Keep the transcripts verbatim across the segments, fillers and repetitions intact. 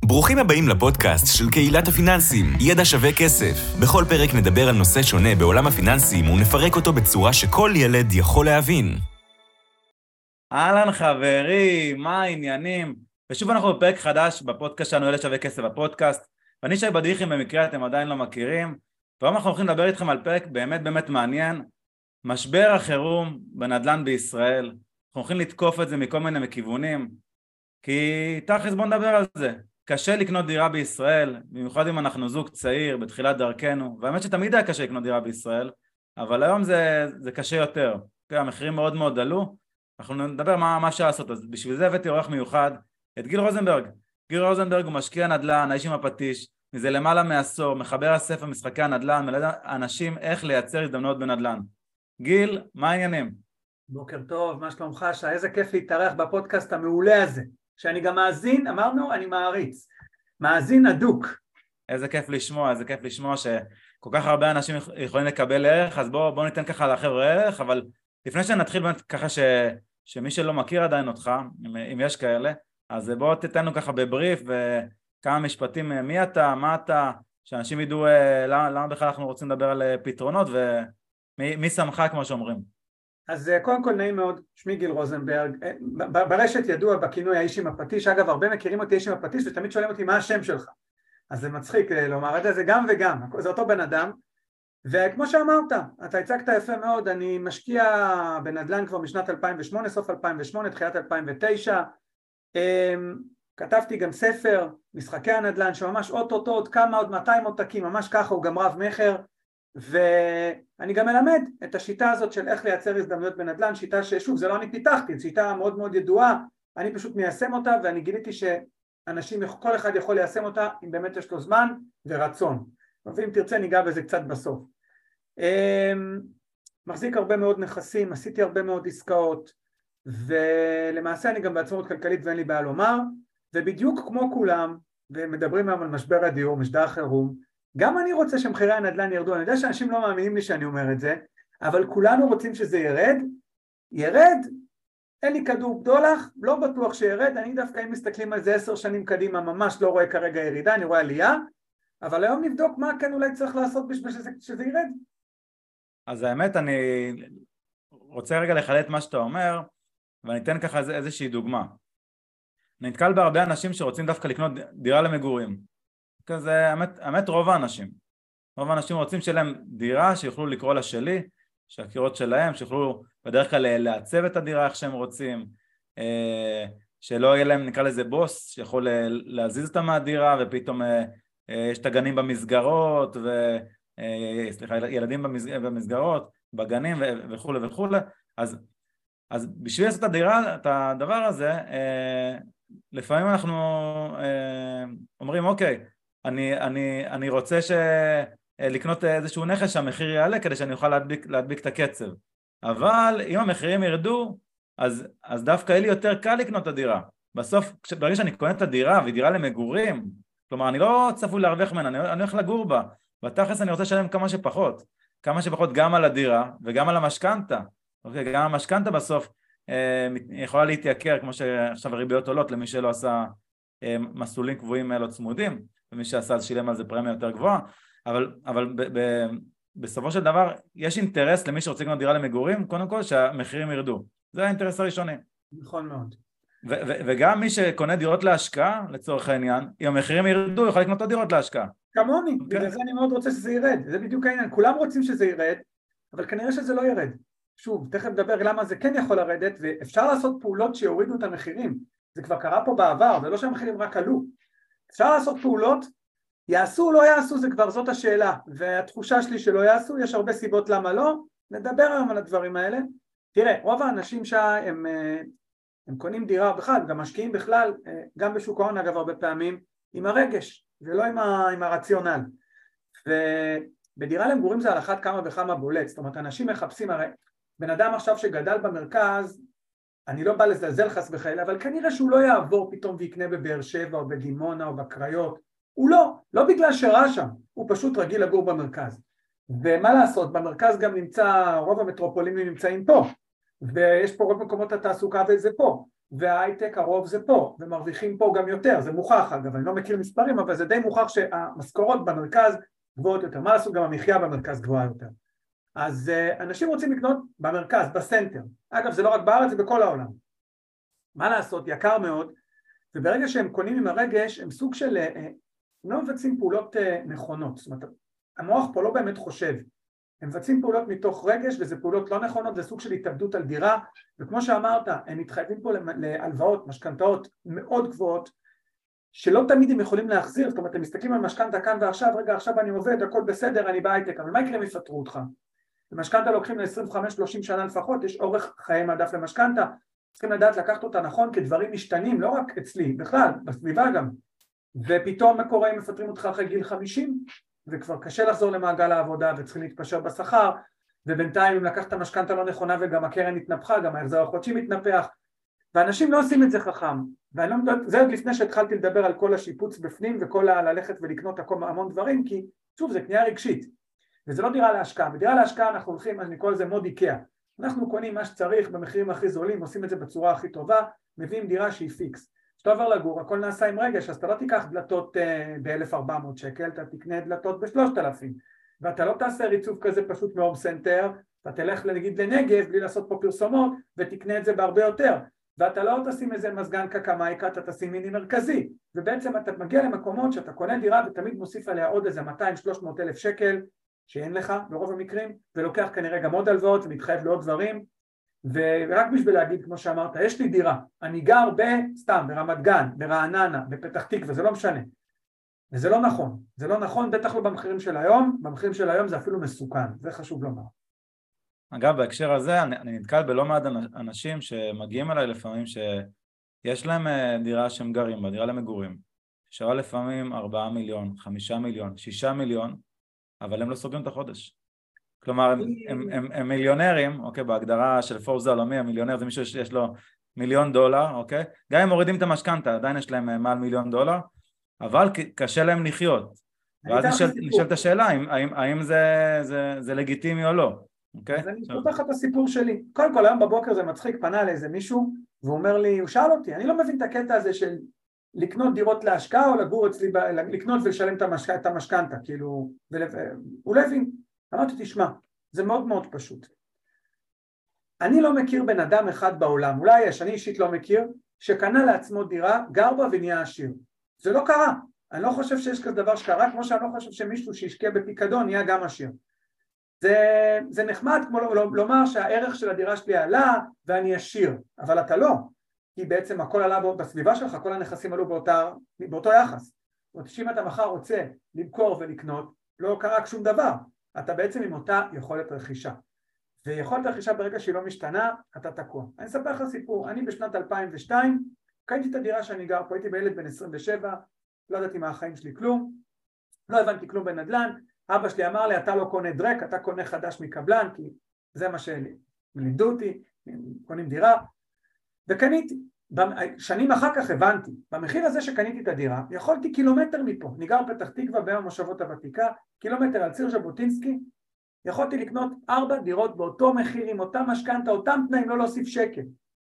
ברוכים הבאים לפודקאסט של קהילת הפיננסים, ידע שווה כסף. בכל פרק נדבר על נושא שונה בעולם הפיננסים ונפרק אותו בצורה שכל ילד יכול להבין. אהלן חברים, מה העניינים? ושוב אנחנו בפרק חדש בפודקאסט שלנו, ידע שווה כסף בפודקאסט. ואני שי בדיחים, במקרה אתם עדיין לא מכירים. והיום אנחנו הולכים לדבר איתכם על פרק באמת באמת מעניין. משבר החירום בנדל"ן בישראל. אנחנו הולכים לתקוף את זה מכל מיני מכיוונים. כי תכלס בוא נדבר על זה. קשה לקנות דירה בישראל, במיוחד אם אנחנו זוג צעיר בתחילת דרכנו, והאמת שתמיד היה קשה לקנות דירה בישראל, אבל היום זה, זה קשה יותר. המחירים מאוד מאוד עלו, אנחנו נדבר מה, מה אפשר לעשות. אז בשביל זה הבאתי אורח מיוחד, את גיל רוזנברג. גיל רוזנברג הוא משקיע נדל"ן, האיש עם הפטיש, מזה למעלה מעשור, מחבר הספר משחקי הנדל"ן, מלמד אנשים איך לייצר הזדמנויות בנדל"ן. גיל, מה העניינים? בוקר טוב, מה שלומך? שי, איזה כיף להתארח בפודקאסט המעולה הזה. שאני גם מאזין, אמרנו, אני מעריץ. מאזין הדוק. איזה כיף לשמוע, איזה כיף לשמוע שכל כך הרבה אנשים יכולים לקבל ערך, אז בואו בוא ניתן ככה לחבר'ה ערך, אבל לפני שנתחיל באמת ככה ש, שמי שלא מכיר עדיין אותך, אם, אם יש כאלה, אז בואו תתנו ככה בבריף וכמה משפטים, מי אתה, מה אתה, שאנשים ידעו למה, למה בכלל אנחנו רוצים לדבר על פתרונות ומי מי שמך כמו שאומרים. אז קודם כל נעים מאוד, שמי גיל רוזנברג, ברשת ידוע בכינוי האיש עם הפטיש, אגב הרבה מכירים אותי איש עם הפטיש ותמיד שואלים אותי מה השם שלך, אז זה מצחיק לומר את זה, זה גם וגם, זה אותו בן אדם, וכמו שאמרת, אתה הצגת יפה מאוד, אני משקיע בנדל"ן כבר משנת אלפיים ושמונה, סוף אלפיים ושמונה, תחילת אלפיים ותשע, כתבתי גם ספר, משחקי הנדל"ן, שממש אוטוטו עוד כמה, עוד מאתיים עותקים, ממש ככה, הוא גם רב מחר, ואני גם מלמד את השיטה הזאת של איך לייצר הזדמנויות בנדל"ן, שיטה ששוב זה לא אני פיתחתי, זו שיטה מאוד מאוד ידועה, אני פשוט מיישם אותה ואני גיליתי שאנשים, כל אחד יכול ליישם אותה אם באמת יש לו זמן ורצון, ואם תרצה ניגע בזה קצת בסוף. מחזיק הרבה מאוד נכסים, עשיתי הרבה מאוד עסקאות, ולמעשה אני גם בעצמאות כלכלית ואין לי בעיה לומר, ובדיוק כמו כולם, ומדברים היום על משבר הדיור, משבר החירום, גם אני רוצה שמחירי הנדל"ן ירדו, אני יודע שאנשים לא מאמינים לי שאני אומר את זה, אבל כולנו רוצים שזה ירד, ירד, אין לי כדור בדולח, לא בטוח שירד, אני דווקא אם מסתכלים על זה עשר שנים קדימה, ממש לא רואה כרגע ירידה, אני רואה עלייה, אבל היום נבדוק מה כן אולי צריך לעשות בשביל שזה, שזה ירד. אז האמת אני רוצה רגע לחלט מה שאתה אומר, ואני אתן ככה איז, איזושהי דוגמה. אני נתקל בהרבה אנשים שרוצים דווקא לקנות דירה למגורים, כזה, האמת, האמת רוב האנשים, רוב האנשים רוצים שלהם דירה שיוכלו לקרוא לה שלי, שהקירות שלהם, שיוכלו בדרך כלל לעצב את הדירה איך שהם רוצים, שלא יהיה להם נקרא לזה בוס, שיכול להזיז אותם מהדירה ופתאום יש את הגנים במסגרות, ו, סליחה, ילדים במסגרות, בגנים וכו' וכו', אז, אז בשביל לעשות את הדירה, את הדבר הזה, לפעמים אנחנו אומרים אוקיי, אני, אני, אני רוצה ש... לקנות איזשהו נכס שהמחיר יעלה כדי שאני אוכל להדביק, להדביק את הקצב. אבל אם המחירים ירדו, אז, אז דווקא יהיה לי יותר קל לקנות את הדירה. בסוף, ברגע שאני קונה את הדירה ודירה למגורים, כלומר אני לא צפוי להרוויח ממנה, אני, אני הולך לגור בה. בתכלס אני רוצה לשלם כמה שפחות. כמה שפחות גם על הדירה וגם על המשכנתה. אוקיי, גם המשכנתה בסוף אה, יכולה להתייקר, כמו שעכשיו הריביות עולות למי שלא עשה אה, מסלולים קבועים לא צמודים. ומי שעשה אז שילם על זה פרמיה יותר גבוהה, אבל, אבל ב, ב, בסופו של דבר יש אינטרס למי שרוצה לקנות דירה למגורים, קודם כל שהמחירים ירדו, זה האינטרס הראשוני. נכון מאוד. ו, ו, וגם מי שקונה דירות להשקעה, לצורך העניין, אם המחירים ירדו, יכול לקנות עוד דירות להשקעה. כמוני, okay. בגלל זה אני מאוד רוצה שזה ירד, זה בדיוק העניין, כולם רוצים שזה ירד, אבל כנראה שזה לא ירד. שוב, תכף נדבר למה זה כן יכול לרדת, ואפשר לעשות פעולות שיורידו את המחירים, זה כבר קרה פה בעבר, זה לא שהמחירים רק עלו. אפשר לעשות פעולות, יעשו או לא יעשו, זה כבר זאת השאלה, והתחושה שלי שלא יעשו, יש הרבה סיבות למה לא, נדבר היום על הדברים האלה. תראה, רוב האנשים שהם הם קונים דירה בכלל, גם משקיעים בכלל, גם בשוק ההון אגב הרבה פעמים, עם הרגש, ולא עם, ה, עם הרציונל. ובדירה למגורים זה על אחת כמה וכמה בולט, זאת אומרת, אנשים מחפשים, הרי בן אדם עכשיו שגדל במרכז, אני לא בא לזלזל חס וחלילה, אבל כנראה שהוא לא יעבור פתאום ויקנה בבאר שבע או בדימונה או בקריות, הוא לא, לא בגלל שרע שם, הוא פשוט רגיל לגור במרכז. ומה לעשות, במרכז גם נמצא, רוב המטרופולינים נמצאים פה, ויש פה רוב מקומות התעסוקה וזה פה, וההייטק הרוב זה פה, ומרוויחים פה גם יותר, זה מוכח אגב, אני לא מכיר מספרים, אבל זה די מוכח שהמשכורות במרכז גבוהות יותר, מה לעשות, גם המחיה במרכז גבוהה יותר. אז אנשים רוצים לקנות במרכז, בסנטר, אגב זה לא רק בארץ, זה בכל העולם. מה לעשות, יקר מאוד, וברגע שהם קונים עם הרגש, הם סוג של, הם לא מבצעים פעולות נכונות, זאת אומרת, המוח פה לא באמת חושב, הם מבצעים פעולות מתוך רגש, וזה פעולות לא נכונות, זה סוג של התאבדות על דירה, וכמו שאמרת, הם מתחייבים פה להלוואות, משכנתאות מאוד גבוהות, שלא תמיד הם יכולים להחזיר, זאת אומרת, הם מסתכלים על משכנתה כאן ועכשיו, רגע, עכשיו אני עובד, הכל בסדר, אני בהייטק, אבל מה יקרה אם יפטרו אותך? למשכנתה לוקחים ל-עשרים וחמש שלושים שנה לפחות, יש אורך חיי מדף למשכנתה, צריכים לדעת לקחת אותה נכון, כי דברים משתנים, לא רק אצלי, בכלל, בסביבה גם, ופתאום מה קורה אם מפטרים אותך אחרי גיל חמישים, וכבר קשה לחזור למעגל העבודה, וצריכים להתפשר בשכר, ובינתיים אם לקחת המשכנתה לא נכונה, וגם הקרן התנפחה, גם ההחזר החודשי מתנפח, ואנשים לא עושים את זה חכם, ואני לא מדבר, זה עוד לפני שהתחלתי לדבר על כל השיפוץ בפנים, וכל ללכת ולקנות המון דברים, כי שוב, זה קנייה רגשית, וזה לא דירה להשקעה, בדירה להשקעה אנחנו הולכים, אז נקרא לזה מוד איקאה, אנחנו קונים מה שצריך במחירים הכי זולים, עושים את זה בצורה הכי טובה, מביאים דירה שהיא פיקס. כשאתה עובר לגור, הכל נעשה עם רגש, אז אתה לא תיקח דלתות uh, ב-אלף וארבע מאות שקל, אתה תקנה דלתות ב-שלושת אלפים, ואתה לא תעשה ריצוף כזה פשוט מהום סנטר, אתה תלך נגיד לנגב בלי לעשות פה פרסומות, ותקנה את זה בהרבה יותר, ואתה לא תשים איזה מזגן קקמייקה, אתה תשים מיני מרכזי, ובעצם אתה מגיע למקומות שאתה קונה דירה ותמיד מוסיף עליה עוד איזה מאתיים שלוש מאות אלף שקל, שאין לך ברוב המקרים, ולוקח כנראה גם עוד הלוואות ומתחייב לעוד דברים, ורק בשביל להגיד, כמו שאמרת, יש לי דירה, אני גר בסתם, ברמת גן, ברעננה, בפתח תקווה, זה לא משנה, וזה לא נכון, זה לא נכון, בטח לא במחירים של היום, במחירים של היום זה אפילו מסוכן, זה חשוב לומר. אגב, בהקשר הזה, אני, אני נתקל בלא מעט אנשים שמגיעים אליי לפעמים שיש להם דירה שהם גרים בה, דירה למגורים, שווה לפעמים ארבעה מיליון, חמישה מיליון, שישה מיליון, אבל הם לא סוגרים את החודש. כלומר, הם, הם, הם, הם מיליונרים, אוקיי, בהגדרה של פורס העולמי, המיליונר זה מישהו שיש לו מיליון דולר, אוקיי? גם אם מורידים את המשכנתה, עדיין יש להם מעל מיליון דולר, אבל קשה להם לחיות. ואז נשאל, נשאלת השאלה, האם, האם, האם זה, זה, זה לגיטימי או לא, אוקיי? אז אני פותח את הסיפור שלי. קודם כל, היום בבוקר זה מצחיק, פנה לאיזה מישהו, והוא אומר לי, הוא שאל אותי, אני לא מבין את הקטע הזה של לקנות דירות להשקעה, או לגור אצלי, לקנות ולשלם את המשכנתה, כאילו, הוא לא הבין. אמרתי, תשמע, זה מאוד מאוד פשוט. אני לא מכיר בן אדם אחד בעולם, אולי יש, אני אישית לא מכיר, שקנה לעצמו דירה, גר בה ונהיה עשיר. זה לא קרה. אני לא חושב שיש כזה דבר שקרה, כמו שאני לא חושב שמישהו שישקיע בפיקדון נהיה גם עשיר. זה, זה נחמד כמו לומר שהערך של הדירה שלי עלה ואני עשיר, אבל אתה לא. כי בעצם הכל עלה בסביבה שלך, כל הנכסים עלו באותה, באותו יחס. זאת אומרת, שאם אתה מחר רוצה למכור ולקנות, לא קרה שום דבר. אתה בעצם עם אותה יכולת רכישה. ויכולת רכישה ברגע שהיא לא משתנה, אתה תקוע. אני אספר לך סיפור, אני בשנת אלפיים ושתיים, קניתי את הדירה שאני גר פה, הייתי בילד בן עשרים ושבע, לא ידעתי מה החיים שלי כלום, לא הבנתי כלום בנדל"ן, אבא שלי אמר לי, אתה לא קונה דרק, אתה קונה חדש מקבלן, כי זה מה שלימדו אותי, קונים דירה, וקניתי. שנים אחר כך הבנתי, במחיר הזה שקניתי את הדירה, יכולתי קילומטר מפה, אני גר פתח תקווה בין המושבות הוותיקה, קילומטר על ציר ז'בוטינסקי, יכולתי לקנות ארבע דירות באותו מחיר, עם אותה משכנתה, אותם תנאים, לא להוסיף שקל.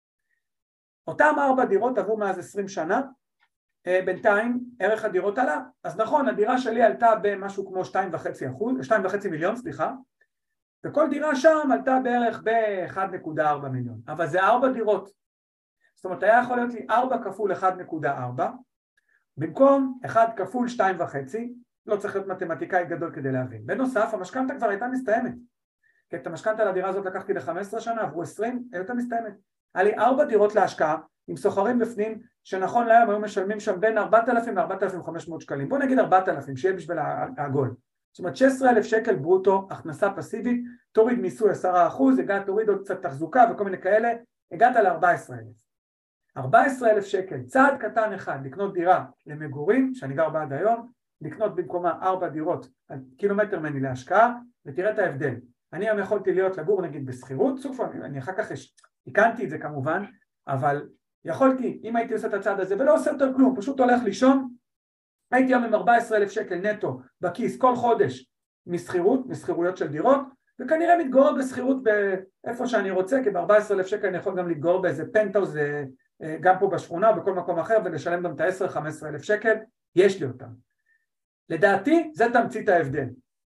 אותם ארבע דירות עברו מאז עשרים שנה, בינתיים ערך הדירות עלה, אז נכון, הדירה שלי עלתה במשהו כמו שתיים וחצי אחוז, שתיים וחצי מיליון, סליחה, וכל דירה שם עלתה בערך ב-אחת נקודה ארבע מיליון, אבל זה ארבע דירות. זאת אומרת, היה יכול להיות לי ארבע כפול אחת נקודה ארבע, במקום אחד כפול שתיים וחצי, לא צריך להיות מתמטיקאי גדול כדי להבין. בנוסף, המשכנתה כבר הייתה מסתיימת. כי את המשכנתה לדירה הזאת לקחתי ל-חמש עשרה שנה, עברו עשרים, הייתה מסתיימת. היה לי ארבע דירות להשקעה, עם סוחרים בפנים, שנכון להיום היו משלמים שם בין ארבעת אלפים ל-ארבעת אלפים וחמש מאות שקלים. בואו נגיד ארבעת אלפים, שיהיה בשביל העגול. זאת אומרת, שש עשרה אלף שקל ברוטו, הכנסה פסיבית, תוריד מיסוי עשרה אחוז, הגעת, תוריד עוד קצת תחזוקה וכל מיני כאלה, הגעת ל-ארבעה עשר אלף. ארבעה עשר אלף שקל, צעד קטן אחד, לקנות דירה למגורים, שאני גר בה עד היום, לקנות במקומה ארבע דירות, קילומטר מני להשקעה, ותראה את ההבדל. אני היום יכולתי להיות לגור נגיד בסחירות, סוף, אני, אני אחר כך הקנתי את זה כמובן, אבל יכולתי, אם הייתי עושה את הצעד הזה, ולא עושה יותר כלום, פשוט הולך לישון, הייתי היום עם ארבעה עשר אלף שקל נטו בכיס כל חודש מסחירות, מסחירויות של דירות, וכנראה מתגורר בסחירות באיפה שאני רוצה, כי ב-ארבעה עשר אלף שקל אני יכול גם להתגורר באיזה פנטהאוז גם פה בשכונה או בכל מקום אחר, ולשלם גם את ה-עשרה חמש עשרה אלף שקל, יש לי אותם. לדעתי, זה תמצית ההבדל.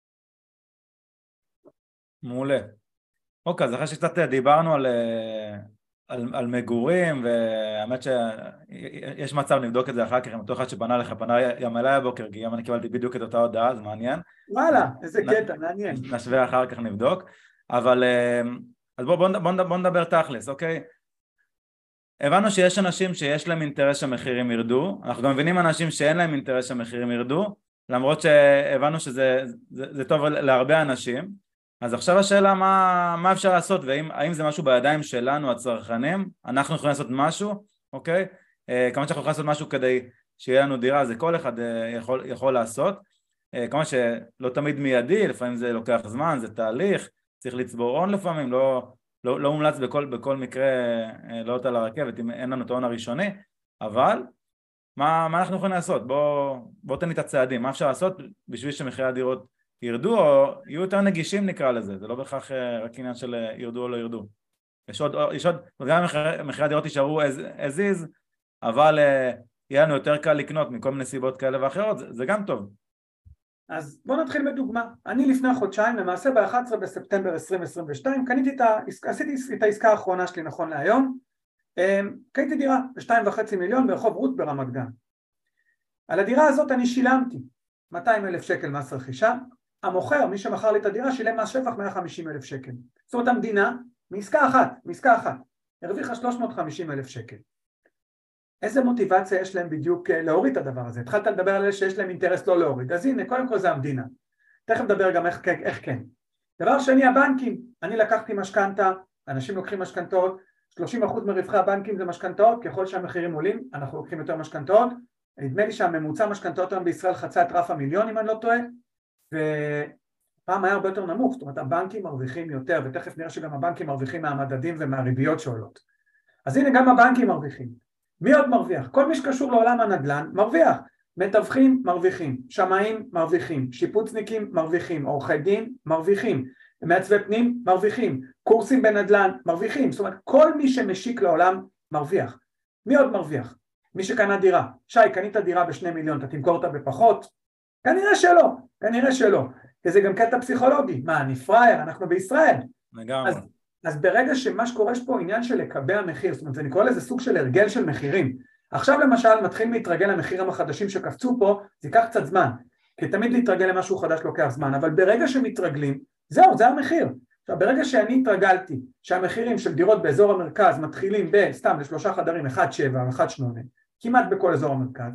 מעולה. אוקיי, אז אחרי שקצת דיברנו על, על, על מגורים, והאמת שיש מצב נבדוק את זה אחר כך, עם אותו אחד שפנה לך, פנה גם אליי הבוקר, כי גם אני קיבלתי בדיוק את אותה הודעה, זה מעניין. וואלה, איזה קטע, מעניין. נשווה אחר כך נבדוק, אבל אז בוא, בוא, בוא, בוא נדבר תכלס, אוקיי? הבנו שיש אנשים שיש להם אינטרס שהמחירים ירדו, אנחנו גם מבינים אנשים שאין להם אינטרס שהמחירים ירדו, למרות שהבנו שזה זה, זה טוב להרבה אנשים. אז עכשיו השאלה מה, מה אפשר לעשות, והאם זה משהו בידיים שלנו הצרכנים, אנחנו יכולים לעשות משהו, אוקיי? כמובן שאנחנו יכולים לעשות משהו כדי שיהיה לנו דירה, זה כל אחד יכול, יכול לעשות, כמובן שלא תמיד מיידי, לפעמים זה לוקח זמן, זה תהליך, צריך לצבור הון לפעמים, לא, לא, לא מומלץ בכל, בכל מקרה לעלות על הרכבת, אם אין לנו את ההון הראשוני, אבל מה, מה אנחנו יכולים לעשות? בוא, בוא תן לי את הצעדים, מה אפשר לעשות בשביל שמחירי הדירות ירדו או יהיו יותר נגישים נקרא לזה, זה לא בהכרח רק עניין של ירדו או לא ירדו. יש עוד, יש עוד, גם מחירי הדירות יישארו as, as is, אבל יהיה לנו יותר קל לקנות מכל מיני סיבות כאלה ואחרות, זה, זה גם טוב. אז בוא נתחיל בדוגמה. אני לפני חודשיים, למעשה ב-אחד עשר בספטמבר עשרים עשרים ושתיים, קניתי את העסקה, עשיתי את העסקה האחרונה שלי נכון להיום, קניתי דירה ב-שתיים וחצי מיליון ברחוב רות ברמת גן. על הדירה הזאת אני שילמתי מאתיים אלף שקל מס רכישה, המוכר, מי שמכר לי את הדירה, שילם מס שבח מאה וחמישים אלף שקל. זאת אומרת, המדינה, מעסקה אחת, מעסקה אחת, הרוויחה שלוש מאות וחמישים אלף שקל. איזה מוטיבציה יש להם בדיוק להוריד את הדבר הזה? התחלת לדבר על זה שיש להם אינטרס לא להוריד. אז הנה, קודם כל זה המדינה. תכף נדבר גם איך, איך כן. דבר שני, הבנקים. אני לקחתי משכנתה, אנשים לוקחים משכנתאות, שלושים אחוז מרווחי הבנקים זה משכנתאות, ככל שהמחירים עולים, אנחנו לוקחים יותר משכנתאות. נדמה לי שהממוצע משכנתאות היום בישראל חצה את רף המיליון, אם אני לא טועה, ופעם היה הרבה יותר נמוך, זאת אומרת, הבנקים מרוויחים יותר, ותכף נראה שגם הבנקים מרוויחים מהמדדים ומהריביות שעולות. אז הנה, גם הבנקים מרוויחים. מי עוד מרוויח? כל מי שקשור לעולם הנדל"ן מרוויח. מתווכים מרוויחים, שמאים מרוויחים, שיפוצניקים מרוויחים, עורכי דין מרוויחים, מעצבי פנים מרוויחים, קורסים בנדל"ן מרוויחים. זאת אומרת, כל מי שמשיק לעולם מרוויח. מי עוד מרוויח? מי שקנה דירה. שי, קנית דירה בשני מיליון, אתה תמכור אותה בפחות? כנראה שלא, כנראה שלא. וזה גם קטע פסיכולוגי. מה, אני פרייר, אנחנו בישראל. לגמרי. אז, אז ברגע שמה שקורה יש פה עניין של לקבע מחיר, זאת אומרת, זה נקרא לזה סוג של הרגל של מחירים. עכשיו למשל מתחיל להתרגל למחירים החדשים שקפצו פה, זה ייקח קצת זמן, כי תמיד להתרגל למשהו חדש לוקח זמן, אבל ברגע שמתרגלים, זהו, זה המחיר. עכשיו, ברגע שאני התרגלתי שהמחירים של דירות באזור המרכז מתחילים בסתם לשלושה חדרים, אחד שבע, אחד שמונה, כמעט בכל אזור המרכז,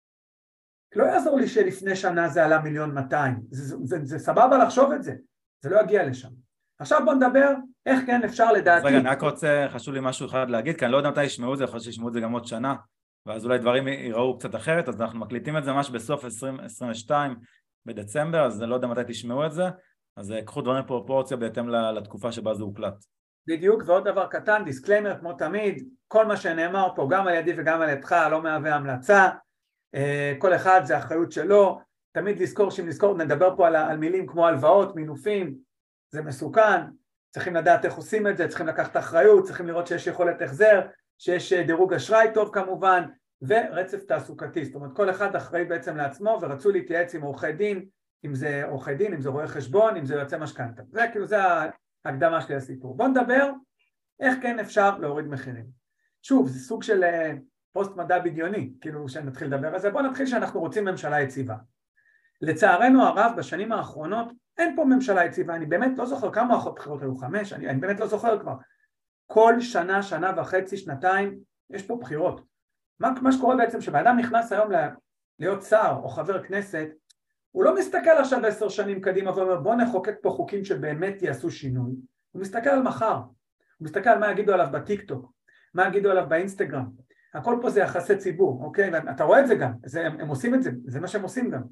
לא יעזור לי שלפני שנה זה עלה מיליון מאתיים, זה, זה, זה, זה סבבה לחשוב את זה, זה לא יגיע לשם. עכשיו בוא נדבר איך כן אפשר לדעתי. רגע, אני רק רוצה, חשוב לי משהו אחד להגיד, כי אני לא יודע מתי ישמעו את זה, יכול שישמעו את זה גם עוד שנה, ואז אולי דברים ייראו קצת אחרת, אז אנחנו מקליטים את זה ממש בסוף עשרים עשרים ושתיים בדצמבר, אז אני לא יודע מתי תשמעו את זה, אז קחו דברים פרופורציה בהתאם לתקופה שבה זה הוקלט. בדיוק, ועוד דבר קטן, דיסקליימר כמו תמיד, כל מה שנאמר פה גם על ידי וגם על ידך לא מהווה המלצה, כל אחד זה אחריות שלו, תמיד לזכור שאם נזכור, נדבר פה על, על מילים כמו הלוואות, מינופים, זה מסוכן, צריכים לדעת איך עושים את זה, צריכים לקחת אחריות, צריכים לראות שיש יכולת החזר, שיש דירוג אשראי טוב כמובן, ורצף תעסוקתי, זאת אומרת כל אחד אחראי בעצם לעצמו, ורצו להתייעץ עם עורכי דין, אם זה עורכי דין, אם זה רואה חשבון, אם זה יוצא משכנתא, זה כאילו זה ההקדמה שלי לסיפור. בוא נדבר איך כן אפשר להוריד מחירים. שוב, זה סוג של פוסט מדע בדיוני, כאילו שנתחיל לדבר על זה, בוא נתחיל שאנחנו רוצים ממשלה יציבה. לצערנו הרב בשנים האחרונות אין פה ממשלה יציבה, אני באמת לא זוכר כמה מערכות בחירות היו, חמש, אני, אני באמת לא זוכר כבר. כל שנה, שנה וחצי, שנתיים, יש פה בחירות. מה, מה שקורה בעצם שבאדם נכנס היום להיות שר או חבר כנסת, הוא לא מסתכל עכשיו עשר שנים קדימה ואומר בוא נחוקק פה חוקים שבאמת יעשו שינוי, הוא מסתכל על מחר, הוא מסתכל על מה יגידו עליו בטיקטוק, מה יגידו עליו באינסטגרם, הכל פה זה יחסי ציבור, אוקיי? ואתה רואה את זה גם, זה, הם, הם עושים את זה, זה מה שהם עושים גם.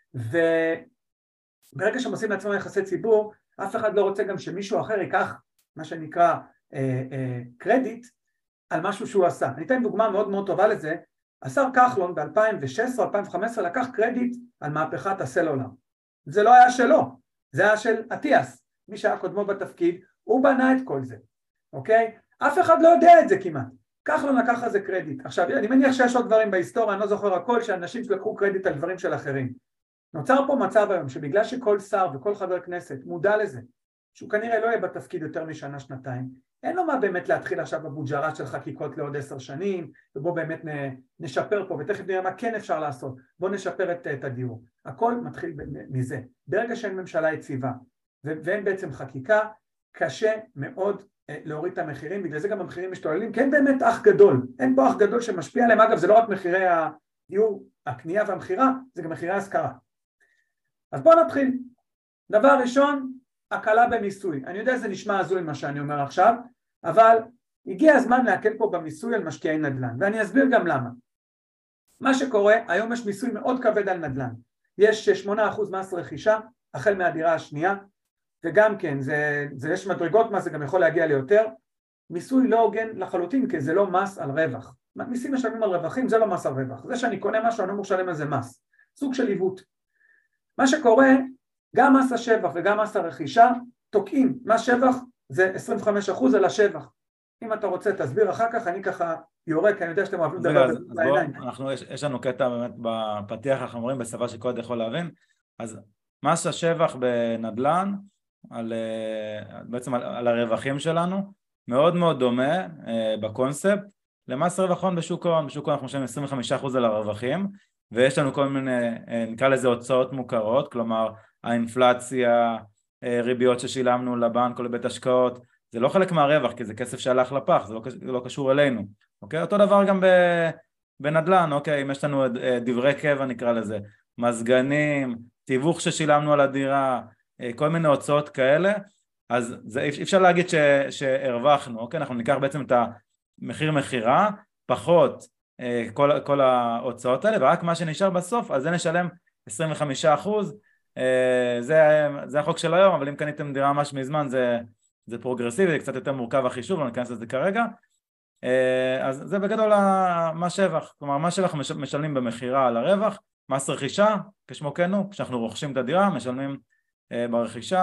וברגע שהם עושים לעצמם יחסי ציבור, אף אחד לא רוצה גם שמישהו אחר ייקח מה שנקרא אה, אה, קרדיט על משהו שהוא עשה. אני אתן דוגמה מאוד מאוד טובה לזה, השר כחלון ב-אלפיים ושש עשרה אלפיים וחמש עשרה לקח קרדיט על מהפכת הסלולר. זה לא היה שלו, זה היה של אטיאס, מי שהיה קודמו בתפקיד, הוא בנה את כל זה, אוקיי? אף אחד לא יודע את זה כמעט. כחלון לקח על זה קרדיט. עכשיו, אני מניח שיש עוד דברים בהיסטוריה, אני לא זוכר הכל, שאנשים שלקחו קרדיט על דברים של אחרים. נוצר פה מצב היום, שבגלל שכל שר וכל חבר כנסת מודע לזה, שהוא כנראה לא יהיה בתפקיד יותר משנה, שנתיים, אין לו מה באמת להתחיל עכשיו בבוג'רה של חקיקות לעוד עשר שנים, ובוא באמת נשפר פה, ותכף נראה מה כן אפשר לעשות, בוא נשפר את, את הדיור. הכל מתחיל מזה. ברגע שאין ממשלה יציבה, ואין בעצם חקיקה, קשה מאוד להוריד את המחירים, בגלל זה גם המחירים משתוללים, כי אין באמת אח גדול, אין פה אח גדול שמשפיע עליהם, אגב זה לא רק מחירי הדיור, הקנייה והמחירה, זה גם מחירי ההשכרה. אז בואו נתחיל. דבר ראשון, הקלה במיסוי. אני יודע שזה נשמע הזוי מה שאני אומר עכשיו, אבל הגיע הזמן להקל פה במיסוי על משקיעי נדל"ן, ואני אסביר גם למה. מה שקורה, היום יש מיסוי מאוד כבד על נדל"ן. יש שמונה אחוז מס רכישה, החל מהדירה השנייה, וגם כן, זה, זה יש מדרגות מס, זה גם יכול להגיע ליותר. מיסוי לא הוגן לחלוטין, כי זה לא מס על רווח. מיסים משלמים על רווחים, זה לא מס על רווח. זה שאני קונה משהו, אני לא משלם על זה מס. סוג של עיוות. מה שקורה, גם מס השבח וגם מס הרכישה תוקעים. מס שבח זה עשרים וחמישה אחוז על השבח. אם אתה רוצה תסביר אחר כך, אני ככה יורק, כי אני יודע שאתם אוהבים דבר בעיניים. אנחנו, יש, יש לנו קטע באמת בפתיח, אנחנו אומרים בשפה שכל אחד יכול להבין. אז מס השבח בנדל"ן, על, בעצם על, על הרווחים שלנו, מאוד מאוד דומה בקונספט למס רווח הון בשוק ההון. בשוק ההון אנחנו משלמים עשרים וחמישה אחוז על הרווחים, ויש לנו כל מיני, נקרא לזה הוצאות מוכרות, כלומר האינפלציה, ריביות ששילמנו לבנק או לבית השקעות, זה לא חלק מהרווח, כי זה כסף שהלך לפח, זה לא, זה לא קשור אלינו. אוקיי? אותו דבר גם בנדל"ן, אוקיי? אם יש לנו דברי קבע נקרא לזה, מזגנים, תיווך ששילמנו על הדירה, כל מיני הוצאות כאלה, אז זה, אפשר להגיד ש, שהרווחנו, אוקיי? אנחנו ניקח בעצם את המחיר מחירה, פחות כל, כל ההוצאות האלה, ורק מה שנשאר בסוף, אז זה נשלם עשרים וחמישה אחוז, זה, זה החוק של היום, אבל אם קניתם דירה ממש מזמן, זה, זה פרוגרסיבי, זה קצת יותר מורכב החישוב, לא ניכנס לזה כרגע, אז זה בגדול מה שבח, כלומר מה שבח משלמים במחירה על הרווח, מס רכישה, כשמו כנו, כשאנחנו רוכשים את הדירה, משלמים ברכישה.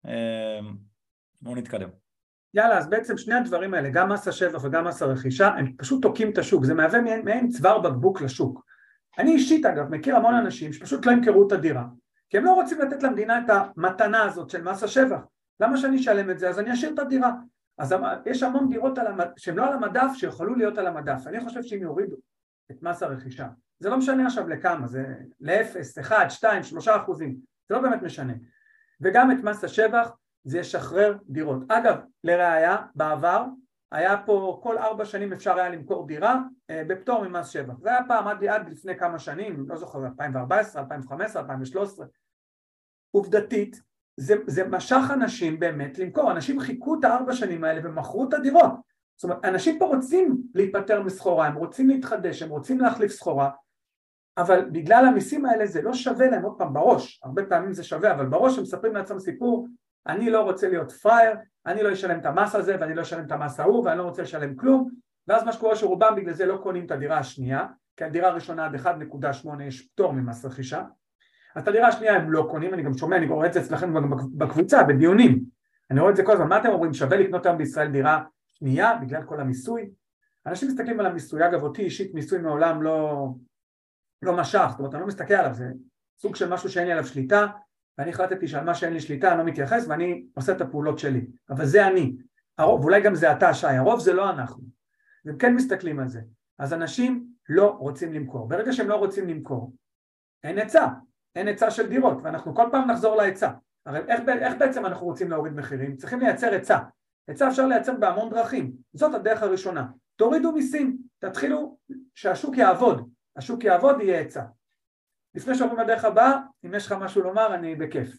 בואו נתקדם. יאללה, אז בעצם שני הדברים האלה, גם מס השבח וגם מס הרכישה, הם פשוט תוקעים את השוק, זה מהווה מעין, מעין צוואר בקבוק לשוק. אני אישית אגב מכיר המון אנשים שפשוט לא ימכרו את הדירה, כי הם לא רוצים לתת למדינה את המתנה הזאת של מס השבח. למה שאני אשלם את זה? אז אני אשאיר את הדירה. אז יש המון דירות על המד... שהן לא על המדף, שיכולו להיות על המדף. אני חושב שאם יורידו את מס הרכישה, זה לא משנה עכשיו לכמה, זה לאפס, אחד, שתיים, שלושה אחוזים, זה לא באמת משנה. וגם את מס השבח, זה ישחרר דירות. אגב, לראיה, בעבר, היה פה כל ארבע שנים אפשר היה למכור דירה אה, בפטור ממס שבח. זה היה פעם עד, עד לפני כמה שנים, לא זוכר, אלפיים וארבע עשרה, אלפיים וחמש עשרה, אלפיים ושלוש עשרה. עובדתית, זה, זה משך אנשים באמת למכור. אנשים חיכו את הארבע שנים האלה ומכרו את הדירות. זאת אומרת, אנשים פה רוצים להיפטר מסחורה, הם רוצים להתחדש, הם רוצים להחליף סחורה, אבל בגלל המיסים האלה זה לא שווה להם עוד פעם בראש. הרבה פעמים זה שווה, אבל בראש הם מספרים לעצמם סיפור, אני לא רוצה להיות פרייר, אני לא אשלם את המס הזה ואני לא אשלם את המס ההוא ואני לא רוצה לשלם כלום, ואז מה שקורה שרובם בגלל זה לא קונים את הדירה השנייה, כי הדירה הראשונה עד אחת נקודה שמונה יש פטור ממס רכישה, אז את הדירה השנייה הם לא קונים, אני גם שומע, אני רואה את זה אצלכם בקבוצה, בדיונים, אני רואה את זה כל הזמן, מה אתם אומרים, שווה לקנות היום בישראל דירה שנייה בגלל כל המיסוי? אנשים מסתכלים על המיסוי, אגב אותי אישית מיסוי מעולם לא, לא משך, זאת אומרת אני לא מסתכל עליו, זה סוג של משהו שאין לי עליו שליטה, ואני החלטתי שעל מה שאין לי שליטה אני לא מתייחס ואני עושה את הפעולות שלי, אבל זה אני, הרוב, ואולי גם זה אתה שי, הרוב זה לא אנחנו, והם כן מסתכלים על זה, אז אנשים לא רוצים למכור, ברגע שהם לא רוצים למכור, אין היצע, אין היצע של דירות, ואנחנו כל פעם נחזור להיצע, הרי איך, איך בעצם אנחנו רוצים להוריד מחירים? צריכים לייצר היצע, היצע אפשר לייצר בהמון דרכים, זאת הדרך הראשונה, תורידו מיסים, תתחילו שהשוק יעבוד, השוק יעבוד יהיה היצע. לפני שעוברים לדרך הבאה, אם יש לך משהו לומר, אני בכיף.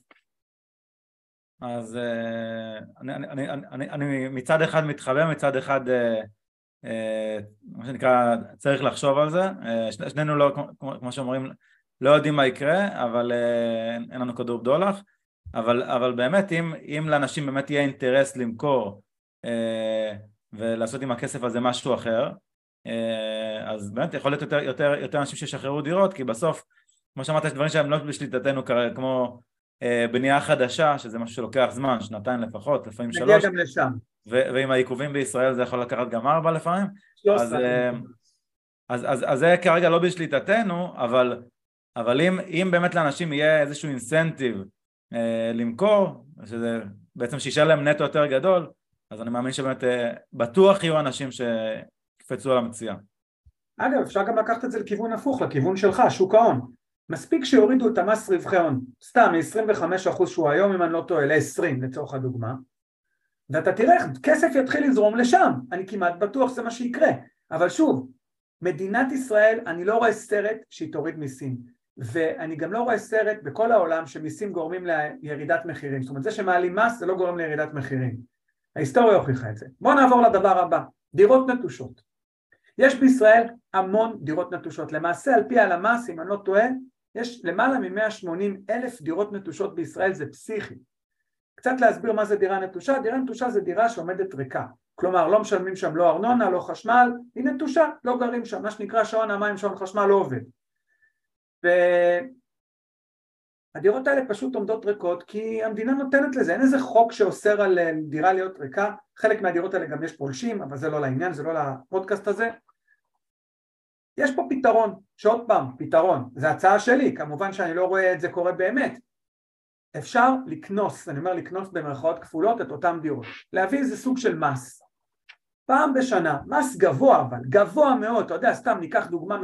אז אני, אני, אני, אני, אני מצד אחד מתחבר, מצד אחד, מה שנקרא, צריך לחשוב על זה. שנינו לא, כמו, כמו שאומרים, לא יודעים מה יקרה, אבל אין לנו כדור בדולח. אבל, אבל באמת, אם, אם לאנשים באמת יהיה אינטרס למכור ולעשות עם הכסף הזה משהו אחר, אז באמת יכול להיות יותר, יותר, יותר אנשים שישחררו דירות, כי בסוף, כמו שאמרת, יש דברים שהם לא בשליטתנו, כמו בנייה חדשה, שזה משהו שלוקח זמן, שנתיים לפחות, לפעמים שלוש. נגיע גם לשם. ועם העיכובים בישראל זה יכול לקחת גם ארבע לפעמים. אז, אז, אז, אז זה כרגע לא בשליטתנו, אבל, אבל אם, אם באמת לאנשים יהיה איזשהו אינסנטיב אה, למכור, שזה בעצם שישה להם נטו יותר גדול, אז אני מאמין שבאמת אה, בטוח יהיו אנשים שקפצו על המציאה. אגב, אפשר גם לקחת את זה לכיוון הפוך, לכיוון שלך, שוק ההון. מספיק שיורידו את המס רווחי הון, סתם מ-עשרים וחמישה אחוז שהוא היום, אם אני לא טועה, ל-עשרים לצורך הדוגמה, ואתה תראה, כסף יתחיל לזרום לשם, אני כמעט בטוח זה מה שיקרה, אבל שוב, מדינת ישראל, אני לא רואה סרט שהיא תוריד מיסים, ואני גם לא רואה סרט בכל העולם שמיסים גורמים לירידת מחירים, זאת אומרת, זה שמעלים מס זה לא גורם לירידת מחירים, ההיסטוריה הוכיחה את זה. בואו נעבור לדבר הבא, דירות נטושות. יש בישראל המון דירות נטושות, למעשה על פי הלמ"ס, אם אני לא טועה, יש למעלה מ-מאה ושמונים אלף דירות נטושות בישראל, זה פסיכי. קצת להסביר מה זה דירה נטושה, דירה נטושה זה דירה שעומדת ריקה, כלומר לא משלמים שם לא ארנונה, לא חשמל, היא נטושה, לא גרים שם, מה שנקרא שעון המים, שעון חשמל לא עובד. והדירות האלה פשוט עומדות ריקות כי המדינה נותנת לזה, אין איזה חוק שאוסר על דירה להיות ריקה, חלק מהדירות האלה גם יש פולשים, אבל זה לא לעניין, זה לא לפודקאסט הזה. יש פה פתרון, שעוד פעם, פתרון, זה הצעה שלי, כמובן שאני לא רואה את זה קורה באמת. אפשר לקנוס, אני אומר לקנוס במרכאות כפולות את אותם דירות, להביא איזה סוג של מס. פעם בשנה, מס גבוה אבל, גבוה מאוד, אתה יודע, סתם ניקח דוגמה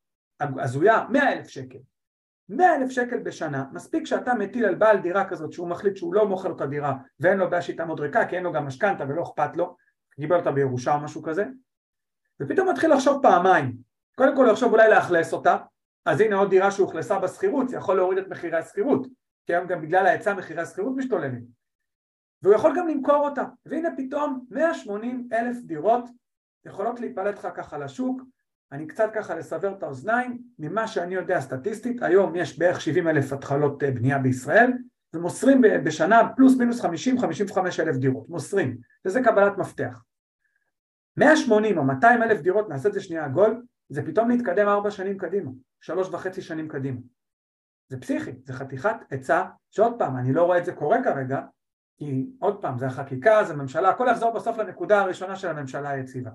הזויה, מאה אלף שקל. מאה אלף שקל בשנה, מספיק שאתה מטיל על בעל דירה כזאת שהוא מחליט שהוא לא מוכר את הדירה ואין לו בעיה שיטה מאוד ריקה, כי אין לו גם משכנתה ולא אכפת לו, גיבל אותה בירושה או משהו כזה, ופתאום מתחיל לחשוב פעמיים, קודם כל לחשוב אולי לאכלס אותה, אז הנה עוד דירה שהוכלסה בסחירות, זה יכול להוריד את מחירי הסחירות, כי היום גם בגלל ההיצע מחירי הסחירות משתוללים, והוא יכול גם למכור אותה, והנה פתאום מאה ושמונים אלף דירות יכולות להיפלט לך ככה לשוק. אני קצת ככה לסבר את האוזניים, ממה שאני יודע סטטיסטית, היום יש בערך שבעים אלף התחלות בנייה בישראל, ומוסרים בשנה פלוס מינוס חמישים חמישים וחמש אלף דירות, מוסרים, וזה קבלת מפתח. מאה ושמונים או מאתיים אלף דירות, נעשה את זה שנייה עגול, זה פתאום להתקדם ארבע שנים קדימה, שלוש וחצי שנים קדימה. זה פסיכי, זה חתיכת עצה, שעוד פעם, אני לא רואה את זה קורה כרגע, כי עוד פעם, זה החקיקה, זה ממשלה, הכל יחזור בסוף לנקודה הראשונה של הממשלה היציבה.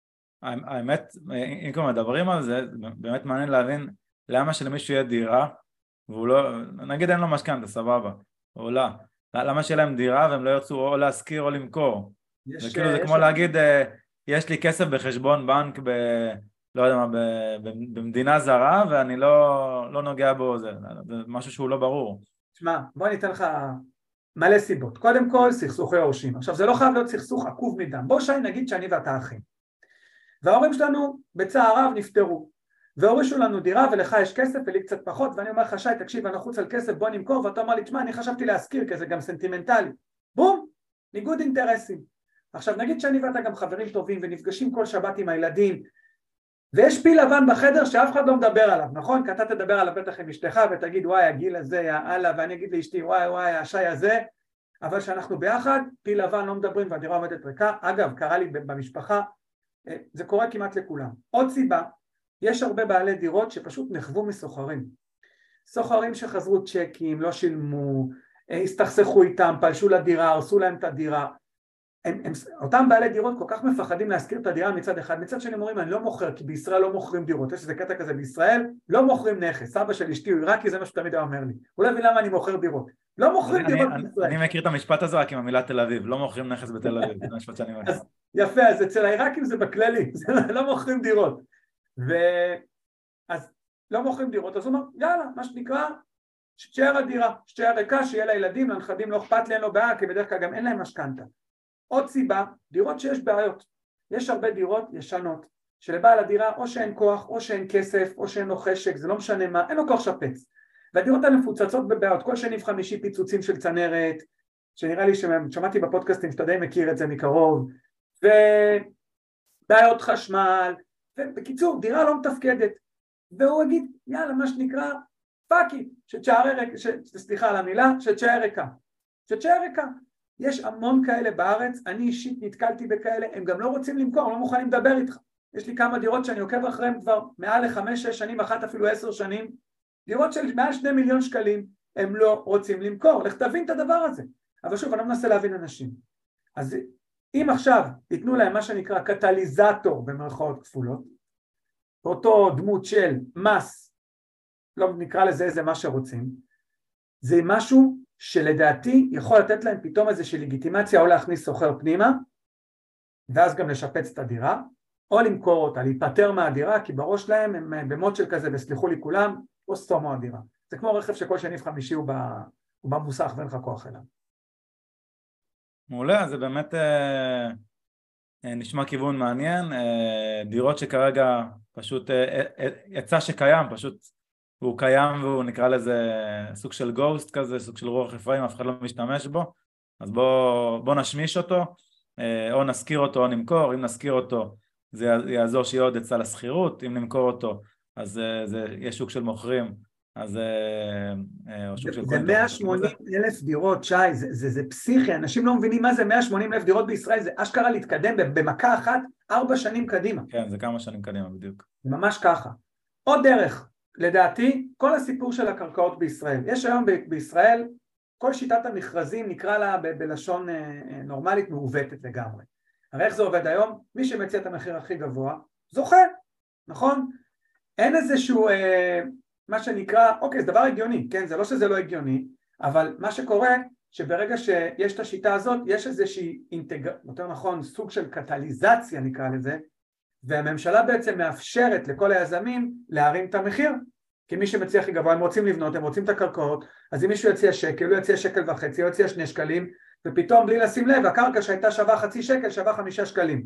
האמת, אם כבר מדברים על זה, באמת מעניין להבין למה שלמישהו יהיה דירה, והוא לא, נגיד אין לו משכנתה, סבבה, או לא, למה שיהיה להם דירה והם לא ירצו או להשכיר או למכור. זה כאילו זה כמו להגיד, יש לי כסף בחשבון בנק ב... לא יודע מה, במדינה זרה, ואני לא, לא נוגע בו, זה, זה משהו שהוא לא ברור. תשמע, בוא ניתן לך מלא סיבות. קודם כל, סכסוכי יורשים. עכשיו, זה לא חייב להיות סכסוך עקוב מדם. בוא שי, נגיד שאני ואתה אחים. וההורים שלנו בצער רב נפטרו, והורישו לנו דירה ולך יש כסף ולי קצת פחות, ואני אומר לך שי, תקשיב, אני לחוץ על כסף, בוא נמכור, ואתה אומר לי, תשמע, אני חשבתי להזכיר, כי זה גם סנטימנטלי. בום, ניגוד אינטרסים. עכשיו, נגיד שאני ואתה גם חברים טובים, ונפגשים כל שבת עם הילדים, ויש פיל לבן בחדר שאף אחד לא מדבר עליו, נכון? כי אתה תדבר עליו בטח עם אשתך ותגיד וואי הגיל הזה, יאללה, ואני אגיד לאשתי וואי וואי השי הזה, אבל שאנחנו ביחד, פיל לבן לא מדברים והדירה עומדת ריקה. אגב, קרה לי במשפחה, זה קורה כמעט לכולם. עוד סיבה, יש הרבה בעלי דירות שפשוט נחוו מסוחרים. סוחרים שחזרו צ'קים, לא שילמו, הסתכסכו איתם, פלשו לדירה, הרסו להם את הדירה. הם, הם, אותם בעלי דירות כל כך מפחדים להזכיר את הדירה מצד אחד, מצד שני אומרים אני לא מוכר, כי בישראל לא מוכרים דירות, יש איזה קטע כזה בישראל, לא מוכרים נכס, אבא של אשתי הוא עיראקי, זה מה שתמיד היה אומר לי, הוא לא מבין למה אני מוכר דירות, לא מוכרים אני, דירות אני, בישראל. אני מכיר את המשפט הזה רק עם המילה תל אביב, לא מוכרים נכס בתל אביב, זה המשפט שאני מכיר. אז יפה, אז אצל העיראקים זה בכללי, זה לא מוכרים דירות, ואז לא מוכרים דירות, אז הוא אומר יאללה, מה שנקרא, שתשאר הדירה, שתשאר ריקה, שיהיה לילדים, לנכדים לא אכפת להם, לא בעיה, כי בדרך כלל גם אין להם משכנתה. עוד סיבה, דירות שיש בעיות. יש הרבה דירות ישנות, שלבעל הדירה או שאין כוח, או שאין כסף, או שאין לו חשק, זה לא משנה מה, אין לו כוח שפץ. והדירות האלה מפוצצות בבעיות, כל שני וחמישי פיצוצים של צנרת, שנראה לי ששמעתי בפודקאסטים שאתה די מכיר את זה מקרוב, ובעיות חשמל, ובקיצור, דירה לא מתפקדת. והוא יגיד, יאללה, מה שנקרא, פאקי, שתשאר ריקה, סליחה על המילה, שתשאר ריקה. שתשאר ריקה. יש המון כאלה בארץ, אני אישית נתקלתי בכאלה, הם גם לא רוצים למכור, לא מוכנים לדבר איתך. יש לי כמה דירות שאני עוקב אחריהם כבר מעל לחמש, שש שנים, אחת אפילו עשר שנים, דירות של מעל שני מיליון שקלים, הם לא רוצים למכור, לך תבין את הדבר הזה. אבל שוב, אני לא מנסה להבין אנשים. אז אם עכשיו ייתנו להם מה שנקרא קטליזטור במרכאות כפולות, אותו דמות של מס, לא נקרא לזה איזה מה שרוצים, זה משהו שלדעתי יכול לתת להם פתאום איזושהי לגיטימציה או להכניס סוחר פנימה, ואז גם לשפץ את הדירה, או למכור אותה, להיפטר מהדירה, כי בראש שלהם הם במוד של כזה, וסליחו לי כולם, או סתומו הדירה. זה כמו רכב שכל שני וחמישי הוא במוסך ואין לך כוח אליו. מעולה, זה באמת אה, נשמע כיוון מעניין, אה, דירות שכרגע פשוט אה, אה, יצא שקיים, פשוט הוא קיים והוא נקרא לזה סוג של גוסט כזה, סוג של רוח רפאים, אף אחד לא משתמש בו, אז בוא, בוא נשמיש אותו, אה, או נזכיר אותו או נמכור, אם נזכיר אותו זה יעזור שיהיה עוד היצע לשכירות, אם נמכור אותו אז אה, זה יהיה שוק של מוכרים, אז זה זה מאה ושמונים אלף דירות, שי, זה, זה, זה פסיכי, אנשים לא מבינים מה זה מאה ושמונים אלף דירות בישראל, זה אשכרה להתקדם במכה אחת ארבע שנים קדימה. כן, זה כמה שנים קדימה בדיוק. ממש ככה. עוד דרך, לדעתי, כל הסיפור של הקרקעות בישראל, יש היום ב- בישראל, כל שיטת המכרזים נקרא לה ב- בלשון נורמלית מעוותת לגמרי. הרי איך זה עובד היום? מי שמציע את המחיר הכי גבוה, זוכה, נכון? אין איזשהו... אה, מה שנקרא, אוקיי, זה דבר הגיוני, כן? זה לא שזה לא הגיוני, אבל מה שקורה, שברגע שיש את השיטה הזאת, יש איזושהי אינטגר... יותר נכון, סוג של קטליזציה נקרא לזה, והממשלה בעצם מאפשרת לכל היזמים להרים את המחיר, כי מי שמציע הכי גבוה, הם רוצים לבנות, הם רוצים את הקרקעות, אז אם מישהו יציע שקל, הוא יציע שקל וחצי, הוא יציע שני שקלים, ופתאום בלי לשים לב, הקרקע שהייתה שווה חצי שקל, שווה חמישה שקלים.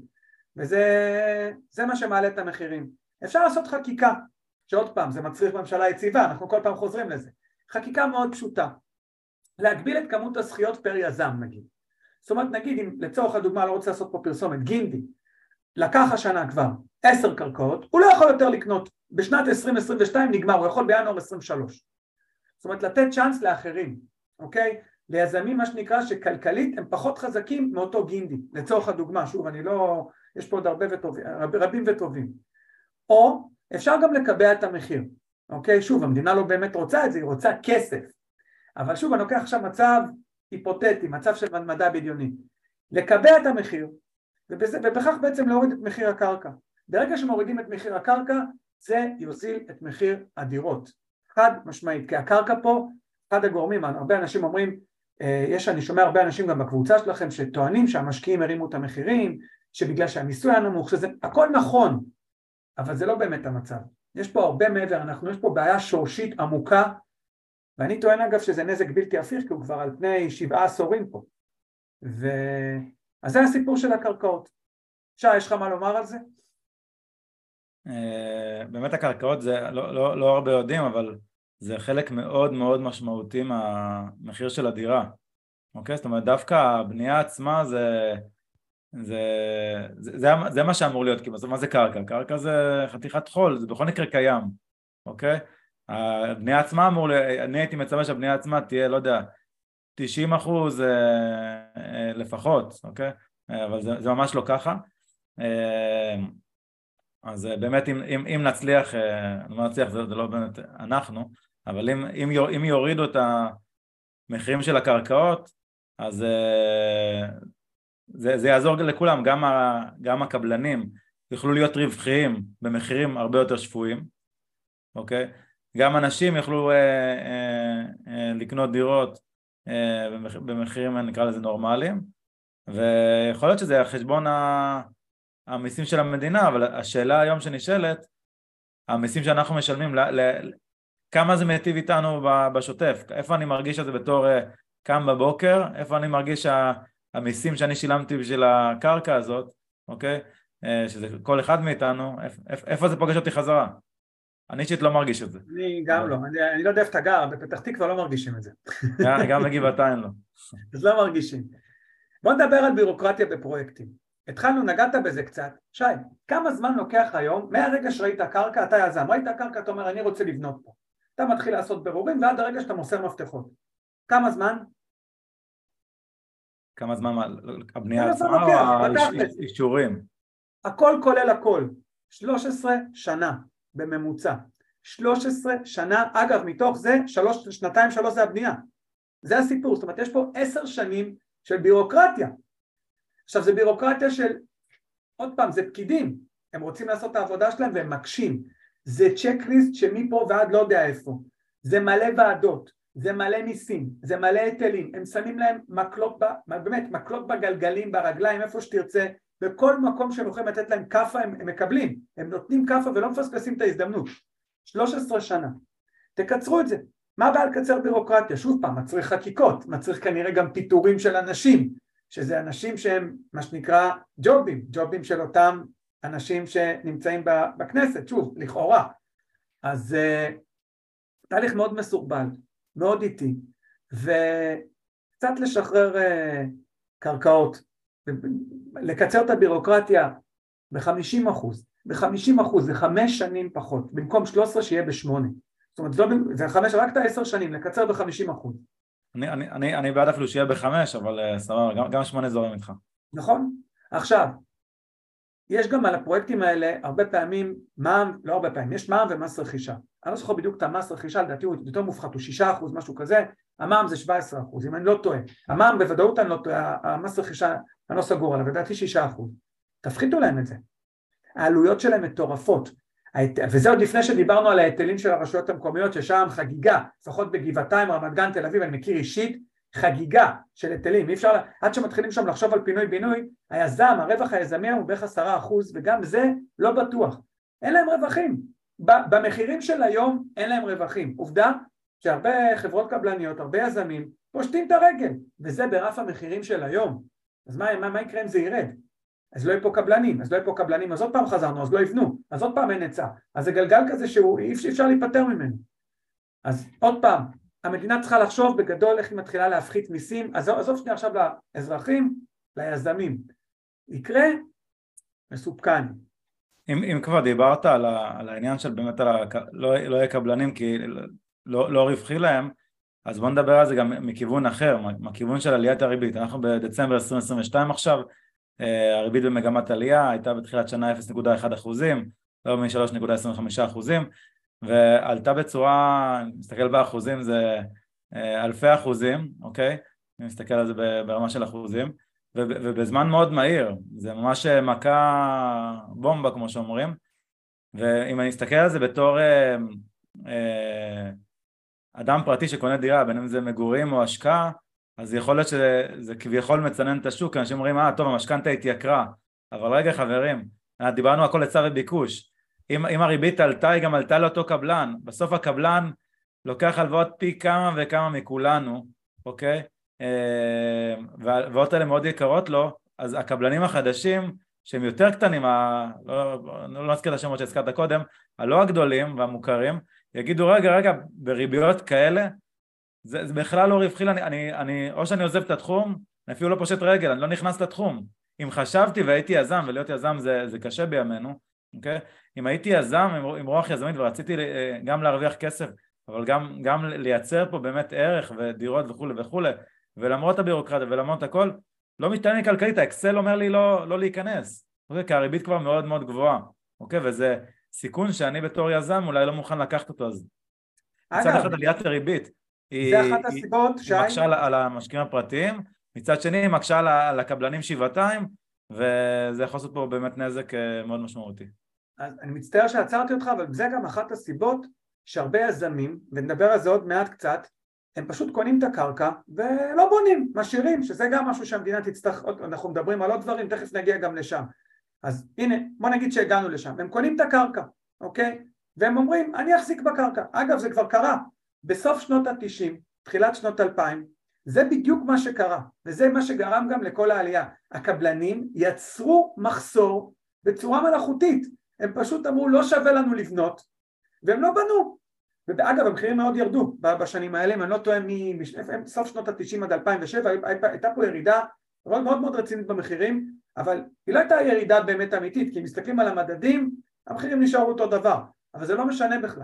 וזה זה מה שמעלה את המחירים. אפשר לעשות חקיקה, שעוד פעם, זה מצריך ממשלה יציבה, אנחנו כל פעם חוזרים לזה. חקיקה מאוד פשוטה. להגביל את כמות הזכיות פר יזם, נגיד. זאת אומרת, נגיד, אם לצורך הדוגמה לא רוצה לעשות פה פרסומת, גינדי, לקח השנה כבר עשר קרקעות, הוא לא יכול יותר לקנות. בשנת עשרים עשרים ושתיים נגמר, הוא יכול בינואר עשרים ושלוש. זאת אומרת, לתת צ'אנס לאחרים, אוקיי? ליזמים, מה שנקרא, שכלכלית הם פחות חזקים מאותו גינדי. לצורך הדוגמה, שוב, אני לא... יש פה עוד הרבה וטובים, רב, רבים וטובים. או אפשר גם לקבע את המחיר, אוקיי? שוב, המדינה לא באמת רוצה את זה, היא רוצה כסף. אבל שוב, אני לוקח עכשיו מצב היפותטי, מצב של מדע בדיוני. לקבע את המחיר, ובזה, ובכך בעצם להוריד את מחיר הקרקע. ברגע שמורידים את מחיר הקרקע, זה יוזיל את מחיר הדירות. חד משמעית, כי הקרקע פה, אחד הגורמים, הרבה אנשים אומרים, יש, אני שומע הרבה אנשים גם בקבוצה שלכם, שטוענים שהמשקיעים הרימו את המחירים, שבגלל שהמיסוי הנמוך, שזה הכל נכון, אבל זה לא באמת המצב. יש פה הרבה מעבר, אנחנו, יש פה בעיה שורשית עמוקה, ואני טוען אגב שזה נזק בלתי הפיך, כי הוא כבר על פני שבעה עשורים פה. ו... אז זה הסיפור של הקרקעות. שי, יש לך מה לומר על זה? באמת הקרקעות זה לא, לא, לא הרבה יודעים, אבל זה חלק מאוד מאוד משמעותי מהמחיר של הדירה. אוקיי? זאת אומרת, דווקא הבנייה עצמה זה... זה, זה, זה, זה מה שאמור להיות, כי מה זה קרקע? קרקע זה חתיכת חול, זה בכל מקרה קיים, אוקיי? הבנייה עצמה אמור, אני הייתי מצווה שהבנייה עצמה תהיה, לא יודע, תשעים אחוז לפחות, אוקיי? אבל זה, זה ממש לא ככה. אז באמת אם, אם, אם נצליח, אני לא נצליח, זה, זה לא באמת אנחנו, אבל אם, אם, אם יורידו את המחירים של הקרקעות, אז זה, זה יעזור לכולם, גם, ה, גם הקבלנים יוכלו להיות רווחיים במחירים הרבה יותר שפויים, אוקיי? גם אנשים יוכלו אה, אה, אה, לקנות דירות אה, במחירים, נקרא לזה נורמליים, ויכול להיות שזה החשבון המיסים של המדינה, אבל השאלה היום שנשאלת, המיסים שאנחנו משלמים, ל, ל, כמה זה מיטיב איתנו בשוטף? איפה אני מרגיש שזה בתור אה, קם בבוקר? איפה אני מרגיש שה... המיסים שאני שילמתי בשביל הקרקע הזאת, אוקיי? שזה כל אחד מאיתנו, איפה זה פוגש אותי חזרה? אני אישית לא מרגיש את זה. אני גם לא, אני, אני לא יודע איפה אתה גר, בפתח תקווה לא מרגישים את זה. גם בגבעתיים לא. אז לא מרגישים. בוא נדבר על בירוקרטיה בפרויקטים. התחלנו, נגעת בזה קצת. שי, כמה זמן לוקח היום, מהרגע שראית קרקע, אתה יזם, ראית קרקע, אתה אומר, אני רוצה לבנות פה. אתה מתחיל לעשות ברורים, ועד הרגע שאתה מוסר מפתחות. כמה זמן? כמה זמן הבנייה עצמה או האישורים? הכל כולל הכל, שלוש עשרה שנה בממוצע. שלוש עשרה שנה, אגב, מתוך זה, שלוש, שנתיים שלוש זה הבנייה. זה הסיפור, זאת אומרת, יש פה עשר שנים של בירוקרטיה. עכשיו, זה בירוקרטיה של, עוד פעם, זה פקידים, הם רוצים לעשות את העבודה שלהם והם מקשים. זה צ'קליסט שמפה ועד לא יודע איפה. זה מלא ועדות, זה מלא מיסים, זה מלא היטלים, הם שמים להם מקלות, באמת, מקלות בגלגלים, ברגליים, איפה שתרצה, בכל מקום שהם יכולים לתת להם כפה, הם, הם מקבלים, הם נותנים כפה ולא מפספסים את ההזדמנות. שלוש עשרה שנה. תקצרו את זה. מה הבעיה לקצר בירוקרטיה? שוב פעם, מצריך חקיקות, מצריך כנראה גם פיטורים של אנשים, שזה אנשים שהם מה שנקרא ג'ובים, ג'ובים של אותם אנשים שנמצאים בכנסת, שוב, לכאורה. אז uh, תהליך מאוד מסורבל, מאוד איטי, וקצת לשחרר uh, קרקעות, לקצר את הבירוקרטיה ב-חמישים אחוז, ב-חמישים אחוז זה חמש שנים פחות, במקום שלוש עשרה שיהיה בשמונה. זאת אומרת, זה, זה חמש, רק את העשר שנים, לקצר ב-חמישים אחוז. אני, אני, אני, אני בעד אפילו שיהיה בחמש, אבל סבבה, גם, גם שמונה זורם איתך. נכון? עכשיו, יש גם על הפרויקטים האלה הרבה פעמים מע"מ, לא הרבה פעמים, יש מע"מ ומס רכישה. אני לא זוכר בדיוק את המס רכישה, לדעתי הוא יותר מופחת, הוא שישה אחוז, משהו כזה, המע"מ זה שבע עשרה אחוז, אם אני לא טועה. המע"מ בוודאות אני לא טועה, המס רכישה אני לא סגור עליו, לדעתי שישה אחוז. תפחיתו להם את זה. העלויות שלהם מטורפות. וזה עוד לפני שדיברנו על ההיטלים של הרשויות המקומיות, ששם חגיגה, לפחות בגבעתיים, רמת גן, תל אביב, אני מכיר אישית, חגיגה של היטלים. אי אפשר, עד שמתחילים שם לחשוב על פינוי בינוי, היזם, הרווח היזמי הוא בערך עשרה אחוז, וגם זה לא בטוח. אין להם רווחים. במחירים של היום אין להם רווחים. עובדה שהרבה חברות קבלניות, הרבה יזמים, פושטים את הרגל, וזה ברף המחירים של היום. אז מה, מה, מה יקרה אם זה ירד? אז לא יהיה פה קבלנים, אז לא יהיה פה קבלנים, אז עוד פעם חזרנו, אז לא יבנו, אז עוד פעם אין היצע. אז זה גלגל כזה שהוא אי אפשר להיפטר ממנו. אז עוד פעם, המדינה צריכה לחשוב בגדול איך היא מתחילה להפחית מיסים, אז עזוב שנייה עכשיו לאזרחים, ליזמים. יקרה, מסופקני. אם, אם כבר דיברת על, ה, על העניין של באמת על ה, לא, לא יהיה קבלנים כי לא, לא רווחי להם, אז בוא נדבר על זה גם מכיוון אחר, מכיוון של עליית הריבית. אנחנו בדצמבר עשרים עשרים ושתיים עכשיו, הריבית במגמת עלייה הייתה בתחילת שנה אפס נקודה אחת אחוזים, לא מ-שלוש נקודה עשרים וחמישה אחוזים, ועלתה בצורה, מסתכל באחוזים זה אלפי אחוזים, אוקיי? אני מסתכל על זה ברמה של אחוזים, ובזמן מאוד מהיר, זה ממש מכה בומבה כמו שאומרים, ואם אני אסתכל על זה בתור אה, אה, אדם פרטי שקונה דירה, בין אם זה מגורים או השקעה, אז יכול להיות שזה כביכול מצנן את השוק, אנשים אומרים, אה, טוב, המשכנתא התייקרה, אבל רגע חברים, דיברנו הכל היצע וביקוש, אם, אם הריבית עלתה, היא גם עלתה לאותו קבלן, בסוף הקבלן לוקח הלוואות פי כמה וכמה מכולנו, אוקיי? וההלוואות האלה מאוד יקרות לו, אז הקבלנים החדשים, שהם יותר קטנים, ה... לא, לא נזכיר את השמות שהזכרת קודם, הלא הגדולים והמוכרים, יגידו, רגע, רגע, בריביות כאלה, זה, זה בכלל לא רווחי, אני, אני, אני, או שאני עוזב את התחום, אני אפילו לא פושט רגל, אני לא נכנס לתחום. אם חשבתי והייתי יזם, ולהיות יזם זה, זה קשה בימינו, אוקיי? אם הייתי יזם עם, עם רוח יזמית ורציתי גם להרוויח כסף, אבל גם, גם לייצר פה באמת ערך ודירות וכו' וכו', ולמרות הבירוקרטיה ולמרות הכל, לא משתנה לי כלכלית, האקסל אומר לי לא, לא להיכנס, אוקיי? כי הריבית כבר מאוד מאוד גבוהה, אוקיי? וזה סיכון שאני בתור יזם אולי לא מוכן לקחת אותו, אז מצד אחד עליית הריבית, היא, זה אחת הסיבות היא, היא מקשה על, על המשקיעים הפרטיים, מצד שני היא מקשה על, על הקבלנים שבעתיים, וזה יכול לעשות פה באמת נזק מאוד משמעותי. אז אני מצטער שעצרתי אותך, אבל זה גם אחת הסיבות שהרבה יזמים, ונדבר על זה עוד מעט קצת, הם פשוט קונים את הקרקע ולא בונים, משאירים, שזה גם משהו שהמדינה תצטרך, אנחנו מדברים על עוד דברים, תכף נגיע גם לשם. אז הנה, בוא נגיד שהגענו לשם, הם קונים את הקרקע, אוקיי? והם אומרים, אני אחזיק בקרקע. אגב, זה כבר קרה, בסוף שנות ה-תשעים, תחילת שנות אלפיים, זה בדיוק מה שקרה, וזה מה שגרם גם לכל העלייה. הקבלנים יצרו מחסור בצורה מלאכותית, הם פשוט אמרו, לא שווה לנו לבנות, והם לא בנו. ואגב, המחירים מאוד ירדו בשנים האלה, אם אני לא טועה, מסוף שנות ה-תשעים עד אלפיים ושבע, הייתה פה ירידה מאוד מאוד מאוד רצינית במחירים, אבל היא לא הייתה ירידה באמת אמיתית, כי אם מסתכלים על המדדים, המחירים נשארו אותו דבר, אבל זה לא משנה בכלל.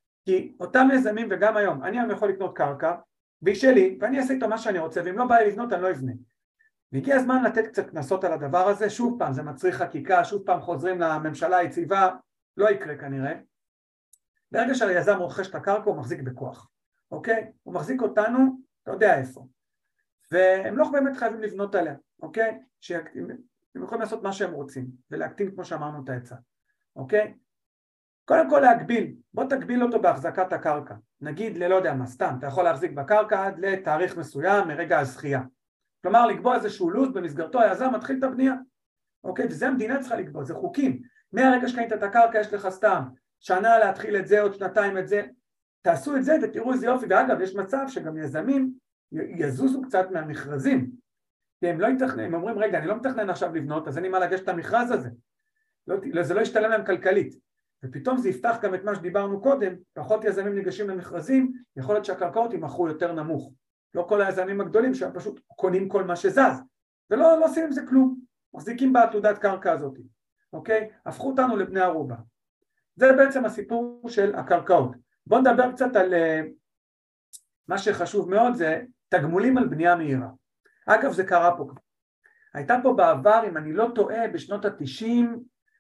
כי אותם יזמים וגם היום, אני היום יכול לקנות קרקע, והיא שלי, ואני אעשה איתו מה שאני רוצה, ואם לא בא לי לבנות, אני לא אבנה. והגיע הזמן לתת קצת קנסות על הדבר הזה, שוב פעם, זה מצריך חקיקה, שוב פעם חוזרים לממשלה היציבה, לא יקרה כנראה. ברגע שהיזם רוכש את הקרקע הוא מחזיק בכוח, אוקיי? הוא מחזיק אותנו, אתה יודע איפה. והם לא באמת חייבים לבנות עליה, אוקיי? שהם יכולים לעשות מה שהם רוצים, ולהקטין כמו שאמרנו את ההצעה, אוקיי? קודם כל להגביל, בוא תגביל אותו בהחזקת הקרקע, נגיד ללא יודע מה, סתם, אתה יכול להחזיק בקרקע עד לתאריך מסוים מרגע הזכייה. כלומר, לקבוע איזשהו לו"ז במסגרתו היזם מתחיל את הבנייה, אוקיי? וזה המדינה צריכה לקבוע, זה חוקים. מהרגע שקנית את הקרקע יש לך סתם, שנה להתחיל את זה, עוד שנתיים את זה, תעשו את זה ותראו איזה יופי, ואגב, יש מצב שגם יזמים יזוזו קצת מהמכרזים, כי הם לא יתכנן, הם אומרים, רגע, אני לא מתכנן עכשיו לבנות, אז אני מה לגשת את המכרז הזה, לא, זה לא ישתלם להם כלכלית, ופתאום זה יפתח גם את מה שדיברנו קודם, פחות יזמים ניגשים למכרזים, יכול להיות שהקרקעות ימכרו יותר נמוך, לא כל היזמים הגדולים שהם פשוט קונים כל מה שזז, ולא לא עושים עם זה כלום, מחזיקים בעתודת קרקע הזאת, אוקיי? הפכו אותנו לבני ערובה. זה בעצם הסיפור של הקרקעות. בואו נדבר קצת על uh, מה שחשוב מאוד, זה תגמולים על בנייה מהירה. אגב, זה קרה פה. הייתה פה בעבר, אם אני לא טועה, בשנות התשעים,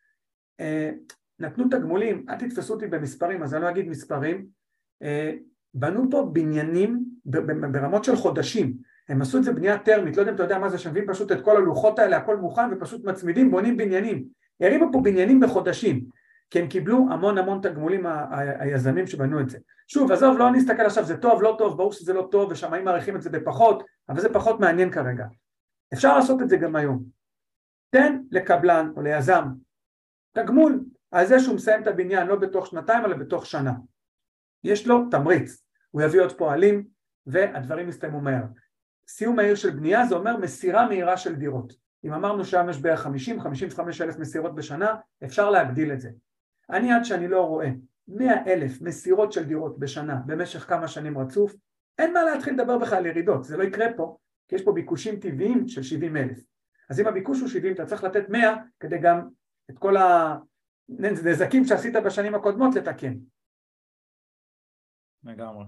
uh, נתנו תגמולים, אל תתפסו אותי במספרים, אז אני לא אגיד מספרים, uh, בנו פה בניינים ברמות של חודשים, הם עשו את זה בנייה טרמית, לא יודע אם אתה יודע מה זה, שווים פשוט את כל הלוחות האלה, הכל מוכן ופשוט מצמידים, בונים בניינים, הרימו פה בניינים בחודשים, כי הם קיבלו המון המון תגמולים היזמים שבנו את זה. שוב, עזוב, לא נסתכל עכשיו, זה טוב, לא טוב, ברור שזה לא טוב, ושמאים מעריכים את זה בפחות, אבל זה פחות מעניין כרגע. אפשר לעשות את זה גם היום. תן לקבלן או ליזם תגמול על זה שהוא מסיים את הבניין, לא בתוך שנתיים, אלא בתוך שנה. יש לו תמריץ, הוא יביא עוד פועלים, והדברים יסתיימו מהר. סיום מהיר של בנייה זה אומר מסירה מהירה של דירות. אם אמרנו שם יש בערך חמישים עד חמישים וחמישה אלף מסירות בשנה, אפשר להגדיל את זה. אני עד שאני לא רואה מאה אלף מסירות של דירות בשנה במשך כמה שנים רצוף, אין מה להתחיל לדבר בכלל על ירידות, זה לא יקרה פה, כי יש פה ביקושים טבעיים של שבעים אלף. אז אם הביקוש הוא שבעים, אתה צריך לתת מאה כדי גם את כל הנזקים שעשית בשנים הקודמות לתקן. לגמרי.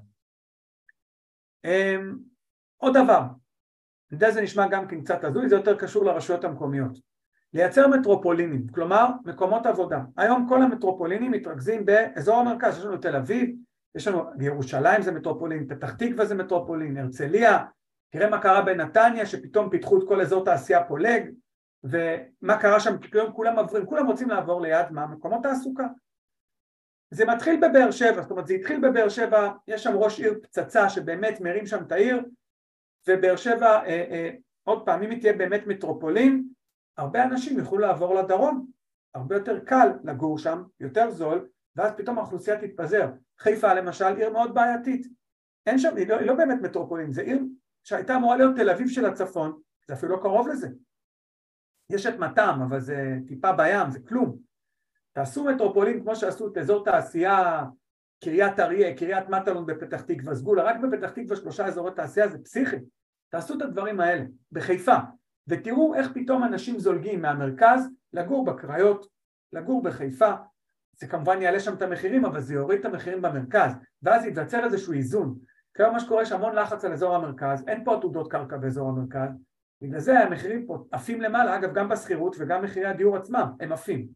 עוד דבר, זה, זה נשמע גם כן קצת הזוי, זה יותר קשור לרשויות המקומיות. לייצר מטרופולינים, כלומר מקומות עבודה. היום כל המטרופולינים מתרכזים באזור המרכז, יש לנו תל אביב, יש לנו ירושלים זה מטרופולין, פתח תקווה זה מטרופולין, הרצליה, תראה מה קרה בנתניה שפתאום פיתחו את כל אזור תעשייה פולג, ומה קרה שם, פתאום כולם עוברים, כולם רוצים לעבור ליד מה? מקומות תעסוקה. זה מתחיל בבאר שבע, זאת אומרת זה התחיל בבאר שבע, יש שם ראש עיר פצצה שבאמת מרים שם את העיר, ובאר שבע, אה, אה, עוד פעם, אם היא תהיה באמת מטרופולין, הרבה אנשים יוכלו לעבור לדרום, הרבה יותר קל לגור שם, יותר זול, ואז פתאום האוכלוסייה תתפזר. חיפה למשל, עיר מאוד בעייתית, אין שם, היא לא, היא לא באמת מטרופולין, זה עיר שהייתה אמורה להיות תל אביב של הצפון, זה אפילו לא קרוב לזה. יש את מתם, אבל זה טיפה בים, זה כלום. תעשו מטרופולין כמו שעשו את אזור תעשייה, קריית אריה, קריית מטלון בפתח תקווה, סגולה, רק בפתח תקווה שלושה אזורי תעשייה, זה פסיכי. תעשו את הדברים האלה, בחיפה, ותראו איך פתאום אנשים זולגים מהמרכז לגור בקריות, לגור בחיפה, זה כמובן יעלה שם את המחירים, אבל זה יוריד את המחירים במרכז, ואז ייווצר איזשהו איזון. כיום מה שקורה יש המון לחץ על אזור המרכז, אין פה עתודות קרקע באזור המרכז, בגלל זה המחירים פה עפים למעלה, אגב גם בשכירות וגם מחירי הדיור עצמם, הם עפים.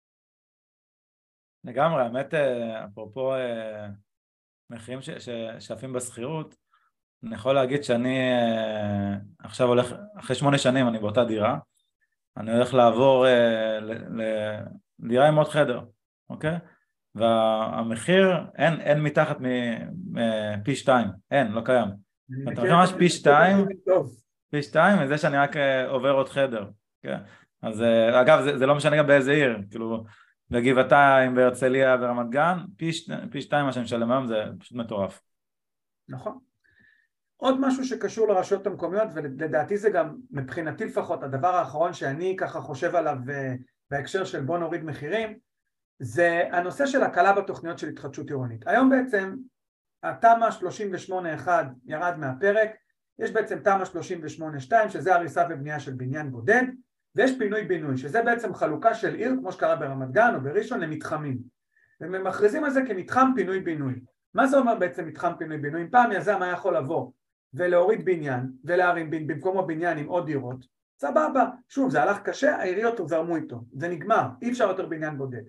לגמרי, האמת, אפרופו מחירים שעפים בשכירות, אני יכול להגיד שאני עכשיו הולך, אחרי שמונה שנים אני באותה דירה, אני הולך לעבור לדירה עם עוד חדר, אוקיי? והמחיר אין, אין מתחת מפי שתיים, אין, לא קיים. אתה מכיר ממש פי שתיים, פי שתיים, מזה שאני רק עובר עוד חדר, אוקיי? אז אגב, זה, זה לא משנה גם באיזה עיר, כאילו, בגבעתיים, בהרצליה ורמת גן, פי, פי שתיים מה שאני משלם היום, זה פשוט מטורף. נכון. עוד משהו שקשור לרשויות המקומיות, ולדעתי זה גם מבחינתי לפחות, הדבר האחרון שאני ככה חושב עליו בהקשר של בוא נוריד מחירים, זה הנושא של הקלה בתוכניות של התחדשות עירונית. היום בעצם התמ"א שלושים ושמונה אחת ירד מהפרק, יש בעצם תמ"א שלושים ושמונה שתיים שזה הריסה ובנייה של בניין בודד, ויש פינוי בינוי שזה בעצם חלוקה של עיר כמו שקרה ברמת גן או בראשון למתחמים, ומכריזים על זה כמתחם פינוי בינוי. מה זה אומר בעצם מתחם פינוי בינוי? אם פעם יזם היה יכול לבוא ולהוריד בניין ולהרים במקום הבניין עם עוד דירות, סבבה, שוב זה הלך קשה, העיריות זרמו איתו, זה נגמר, אי אפשר יותר בניין בודד.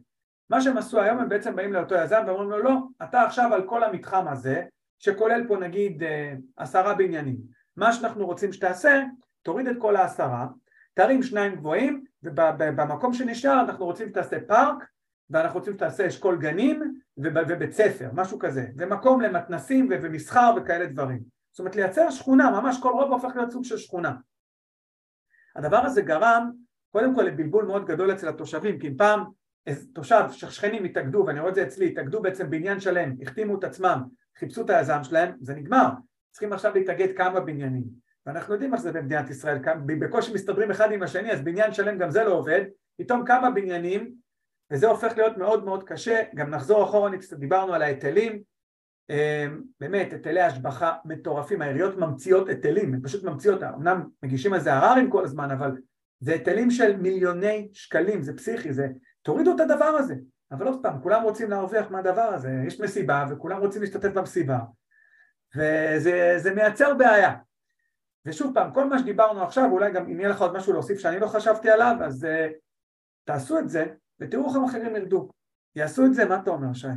מה שהם עשו היום, הם בעצם באים לאותו יזם ואומרים לו, לא, אתה עכשיו על כל המתחם הזה, שכולל פה נגיד עשרה בניינים, מה שאנחנו רוצים שתעשה, תוריד את כל העשרה, תרים שניים גבוהים, ובמקום שנשאר אנחנו רוצים שתעשה פארק, ואנחנו רוצים שתעשה אשכול גנים ובית ספר, משהו כזה, ומקום למתנסים ומסחר וכאלה דברים. זאת אומרת, לייצר שכונה, ממש כל רובע הופך להיות סוג של שכונה. הדבר הזה גרם, קודם כל, לבלבול מאוד גדול אצל התושבים, כי אם פעם תושב שכנים התאגדו, ואני רואה את זה אצלי, התאגדו בעצם בניין שלם, החתימו את עצמם, חיפשו את היזם שלהם, זה נגמר. צריכים עכשיו להתאגד כמה בניינים. ואנחנו יודעים איך זה במדינת ישראל, בקושי מסתדרים אחד עם השני, אז בניין שלם גם זה לא עובד, פתאום כמה בניינים, וזה הופך להיות מאוד מאוד קשה. גם נחזור אחורה, דיברנו על ההיטלים, באמת, היטלי השבחה מטורפים, העיריות ממציאות היטלים, הן פשוט ממציאות, אמנם מגישים על זה עררים כל הזמן, אבל זה היטלים של מיליוני שקלים, זה פסיכי, זה, תורידו את הדבר הזה. אבל עוד פעם, כולם רוצים להרוויח מהדבר הזה, יש מסיבה וכולם רוצים להשתתף במסיבה, וזה זה מייצר בעיה. ושוב פעם, כל מה שדיברנו עכשיו, אולי גם אם יהיה לך עוד משהו להוסיף שאני לא חשבתי עליו, אז uh, תעשו את זה, ותראו איך המחירים ירדו. יעשו את זה, מה אתה אומר, שי?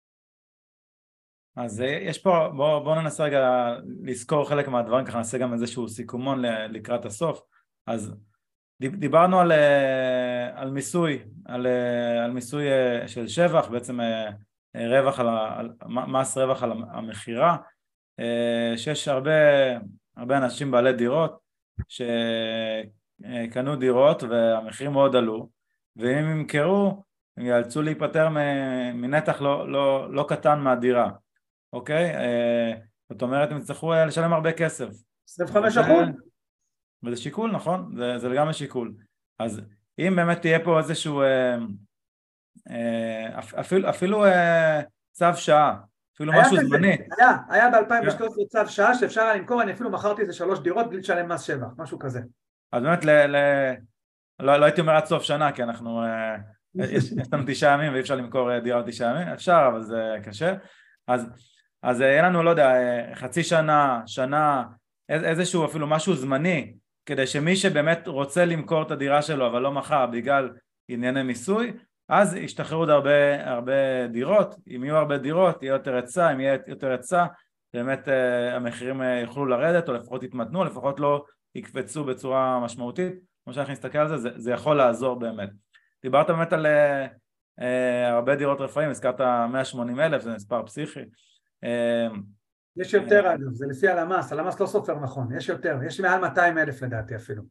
אז יש פה, בואו בוא ננסה רגע לזכור חלק מהדברים, ככה נעשה גם איזשהו סיכומון לקראת הסוף. אז דיברנו על, על מיסוי, על, על מיסוי של שבח, בעצם רווח על, על, מס רווח על המחירה, שיש הרבה, הרבה אנשים בעלי דירות שקנו דירות והמחירים מאוד עלו, ואם הם ימכרו, הם יאלצו להיפטר מנתח לא, לא, לא קטן מהדירה. אוקיי? זאת אומרת, הם יצטרכו לשלם הרבה כסף. עשרים וחמישה אחוז. וזה שיקול, נכון? זה, זה לגמרי שיקול. אז אם באמת תהיה פה איזשהו, אפילו, אפילו צו שעה, אפילו משהו כזה, זמני. היה, היה ב-אלפיים ושלוש עשרה צו שעה שאפשר היה למכור, אני אפילו מכרתי איזה שלוש דירות בלי לשלם מס שבח, משהו כזה. אז באמת, ל, ל, לא, לא הייתי אומר עד סוף שנה, כי אנחנו, יש, יש לנו תשעה ימים ואי אפשר למכור דירה תשעה ימים, אפשר, אבל זה קשה. אז, אז יהיה לנו, לא יודע, חצי שנה, שנה, איזשהו אפילו משהו זמני, כדי שמי שבאמת רוצה למכור את הדירה שלו, אבל לא מחר בגלל ענייני מיסוי, אז ישתחררו עוד הרבה, הרבה דירות. אם יהיו הרבה דירות, יהיה יותר היצע, אם יהיה יותר היצע, באמת המחירים יוכלו לרדת, או לפחות יתמתנו, לפחות לא יקפצו בצורה משמעותית. כמו שאנחנו נסתכל על זה, זה, זה יכול לעזור באמת. דיברת באמת על Uh, הרבה דירות רפאים, הזכרת מאה ושמונים אלף, זה מספר פסיכי. Uh, יש יותר uh, אגב, זה לפי הלמ"ס, הלמ"ס לא סופר נכון, יש יותר, יש מעל מאתיים אלף לדעתי אפילו.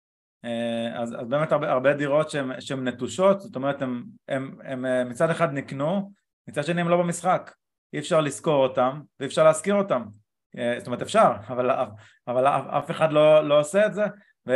Uh, אז, אז באמת הרבה, הרבה דירות שהן, שהן נטושות, זאת אומרת, הם, הם, הם, הם מצד אחד נקנו, מצד שני הם לא במשחק, אי אפשר לזכור אותם, ואי אפשר להזכיר אותם. Uh, זאת אומרת אפשר, אבל, אבל אף, אף אחד לא, לא עושה את זה, ו,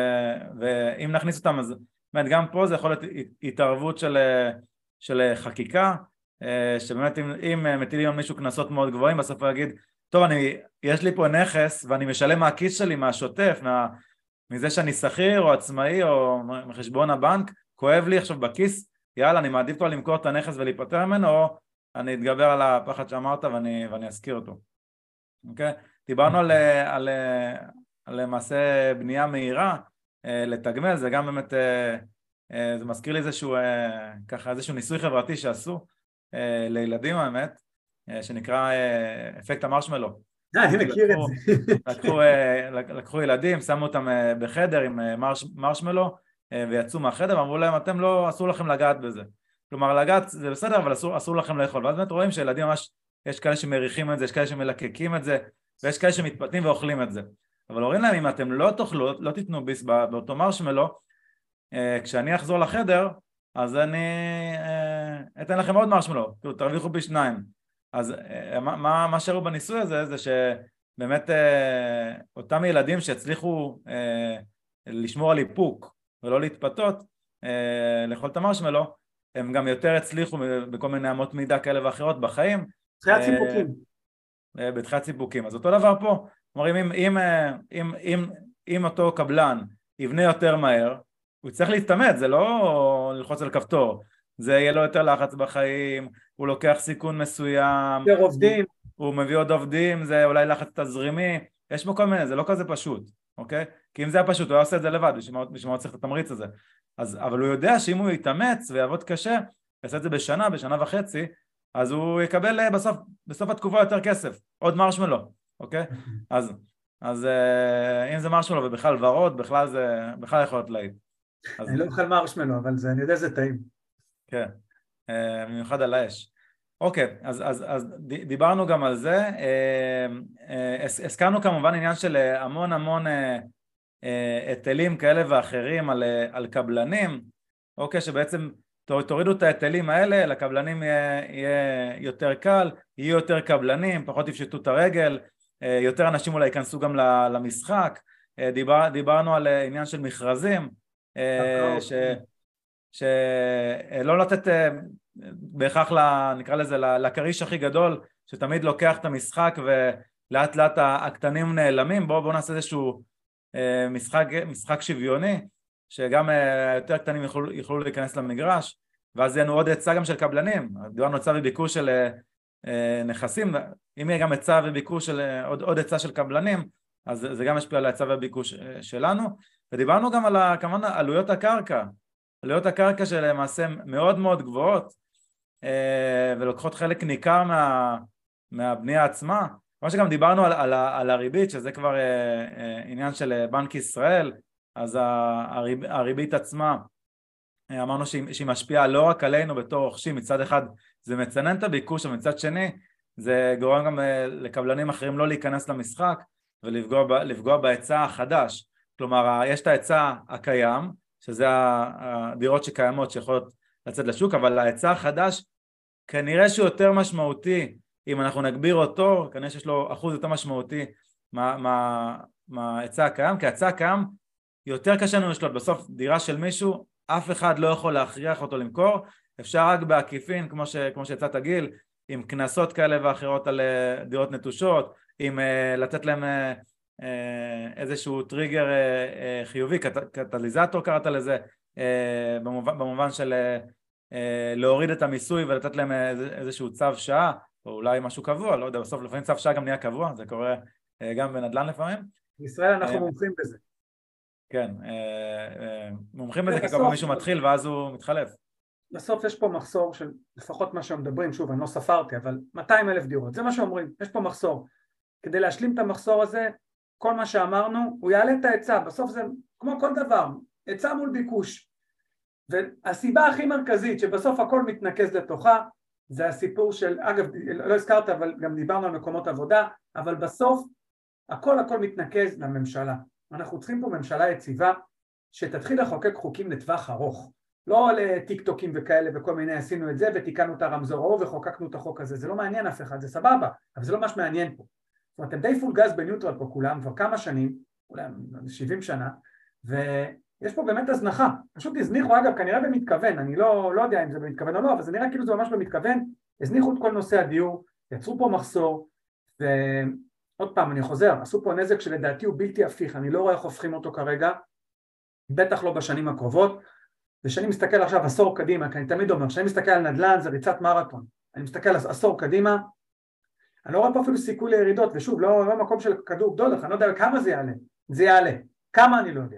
ואם נכניס אותם, אז באמת גם פה זה יכול להיות התערבות של... של חקיקה, שבאמת אם, אם מטילים על מישהו כנסות מאוד גבוהים, בסוף הוא יגיד, טוב, אני, יש לי פה נכס ואני משלם מהכיס שלי, מהשוטף, מה, מזה שאני שכיר או עצמאי או מחשבון הבנק, כואב לי עכשיו בכיס, יאללה, אני מעדיף כבר למכור את הנכס ולהיפטר ממנו, או אני אתגבר על הפחד שאמרת ואני, ואני אזכיר אותו. אוקיי? דיברנו על, על, על מעשה בנייה מהירה, לתגמל, זה גם באמת... זה מזכיר לי איזשהו, ככה, איזשהו ניסוי חברתי שעשו לילדים האמת, שנקרא אפקט המרשמלו. אני מכיר את זה. לקחו, לקחו ילדים, שמו אותם בחדר עם מרש, מרשמלו, ויצאו מהחדר, ואמרו להם, אתם לא, אסור לכם לגעת בזה. כלומר, לגעת זה בסדר, אבל אסור, אסור לכם לאכול. ואז באמת רואים שילדים ממש, יש כאלה שמריחים את זה, יש כאלה שמלקקים את זה, ויש כאלה שמתפתים ואוכלים את זה. אבל אומרים להם, אם אתם לא תאכלו, לא תיתנו ביס באותו מרשמלו, כשאני אחזור לחדר, אז אני אתן לכם עוד מרשמלו, תרוויחו פי שניים. אז מה, מה שראו בניסוי הזה, זה שבאמת אותם ילדים שהצליחו לשמור על איפוק ולא להתפתות, לאכול את המרשמלו, הם גם יותר הצליחו בכל מיני אמות מידה כאלה ואחרות בחיים. בתחילת סיפוקים. בתחילת סיפוקים. אז אותו דבר פה, אומרים, אם, אם, אם, אם, אם אותו קבלן יבנה יותר מהר, הוא צריך להתאמץ, זה לא ללחוץ על כפתור, זה יהיה לו יותר לחץ בחיים, הוא לוקח סיכון מסוים, יותר עובדים, הוא, הוא מביא עוד עובדים, זה אולי לחץ תזרימי, יש בו כל מיני, זה לא כזה פשוט, אוקיי? כי אם זה היה פשוט, הוא היה עושה את זה לבד, בשביל מה הוא צריך את התמריץ הזה. אז, אבל הוא יודע שאם הוא יתאמץ ויעבוד קשה, יעשה את זה בשנה, בשנה וחצי, אז הוא יקבל בסוף, בסוף התקופה יותר כסף, עוד מרשמלו, אוקיי? אז, אז אם זה מרשמלו ובכלל ורוד, בכלל זה, בכלל יכול להיות להיט. אני לא אוכל מרשמלו, אבל זה, אני יודע זה טעים. כן, במיוחד על האש. אוקיי, אז, אז, אז דיברנו גם על זה, הזכרנו כמובן עניין של המון המון היטלים כאלה ואחרים על, על קבלנים, אוקיי, שבעצם תורידו את ההיטלים האלה, לקבלנים יהיה, יהיה יותר קל, יהיו יותר קבלנים, פחות יפשטו את הרגל, יותר אנשים אולי ייכנסו גם למשחק, דיבר, דיברנו על עניין של מכרזים, ש, שלא לתת בהכרח, נקרא לזה, לקריש הכי גדול, שתמיד לוקח את המשחק ולאט לאט הקטנים נעלמים, בואו בוא נעשה איזשהו משחק, משחק שוויוני, שגם יותר קטנים יוכלו, יוכלו להיכנס למגרש, ואז יהיה לנו עוד היצע גם של קבלנים, דיברנו היצע וביקוש של נכסים, אם יהיה גם היצע וביקוש של עוד, עוד היצע של קבלנים, אז זה גם משפיע על ההיצע והביקוש שלנו, ודיברנו גם על כמובן עלויות הקרקע, עלויות הקרקע שלמעשה מאוד מאוד גבוהות, ולוקחות חלק ניכר מה, מהבנייה עצמה, כמו שגם דיברנו על, על, על הריבית, שזה כבר עניין של בנק ישראל, אז הריב, הריבית עצמה, אמרנו שהיא, שהיא משפיעה לא רק עלינו בתור רוכשים, מצד אחד זה מצנן את הביקוש, ומצד שני זה גורם גם לקבלנים אחרים לא להיכנס למשחק, ולפגוע לפגוע בהיצע החדש, כלומר יש את ההיצע הקיים, שזה הדירות שקיימות שיכולות לצאת לשוק, אבל ההיצע החדש כנראה שהוא יותר משמעותי, אם אנחנו נגביר אותו, כנראה שיש לו אחוז יותר משמעותי מההיצע הקיים, כי ההיצע הקיים יותר קשה לנו לשלוט, בסוף דירה של מישהו, אף אחד לא יכול להכריח אותו למכור, אפשר רק בעקיפין, כמו, ש, כמו שיצאת גיל, עם כנסות כאלה ואחרות על דירות נטושות, עם לתת להם איזשהו טריגר חיובי, קטליזטור קראת לזה, במובן, במובן של להוריד את המיסוי ולתת להם איזשהו צו שעה, או אולי משהו קבוע, לא יודע, בסוף לפעמים צו שעה גם נהיה קבוע, זה קורה גם בנדל"ן לפעמים. בישראל אנחנו מומחים בזה. כן, מומחים בזה כי כל פעם מישהו מתחיל ואז הוא מתחלף. בסוף יש פה מחסור של, לפחות מה שמדברים, שוב אני לא ספרתי, אבל מאתיים אלף דירות, זה מה שאומרים, יש פה מחסור. כדי להשלים את המחסור הזה, כל מה שאמרנו, הוא יעלה את ההיצע, בסוף זה כמו כל דבר, היצע מול ביקוש. והסיבה הכי מרכזית שבסוף הכל מתנקז לתוכה, זה הסיפור של, אגב, לא הזכרת, אבל גם דיברנו על מקומות עבודה, אבל בסוף הכל הכל מתנקז לממשלה. אנחנו צריכים פה ממשלה יציבה, שתתחיל לחוקק חוקים לטווח ארוך. לא לטיק טוקים וכאלה וכל מיני עשינו את זה ותיקנו את הרמזור האור וחוקקנו את החוק הזה, זה לא מעניין אף אחד, זה סבבה, אבל זה לא מה שמעניין פה. זאת אומרת, הם די פול גז בניוטרל פה כולם, כבר כמה שנים, אולי שבעים שנה, ויש פה באמת הזנחה, פשוט הזניחו, אגב, כנראה במתכוון, אני לא, לא יודע אם זה במתכוון או לא, אבל זה נראה כאילו זה ממש במתכוון, הזניחו את כל נושא הדיור, יצרו פה מחסור, ועוד פעם, אני חוזר, עשו פה נזק שלדעתי הוא בלתי הפיך, אני לא רואה איך הופכים אותו כרגע, בטח לא בשנים הקרובות, ושאני מסתכל עכשיו עשור קדימה, כי אני תמיד אומר, כשאני מסתכל על נדל"ן זה ריצת מרתון, אני מסתכל על עשור קדימה, אני לא רואה פה אפילו סיכוי לירידות, ושוב, לא, לא מקום של כדור גדול, אני לא יודע כמה זה יעלה, זה יעלה, כמה אני לא יודע.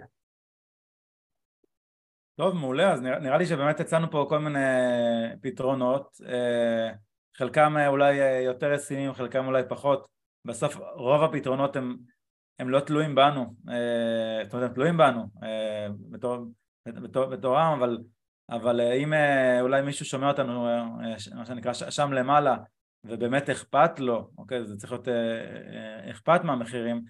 טוב, מעולה, אז נראה, נראה לי שבאמת יצאנו פה כל מיני פתרונות, חלקם אולי יותר ישימים, חלקם אולי פחות, בסוף רוב הפתרונות הם, הם לא תלויים בנו, זאת אומרת, הם תלויים בנו, בתור... בתור, בתורם, אבל, אבל אם אולי מישהו שומע אותנו, מה שנקרא שם למעלה, ובאמת אכפת לו, אוקיי, זה צריך להיות אכפת מהמחירים,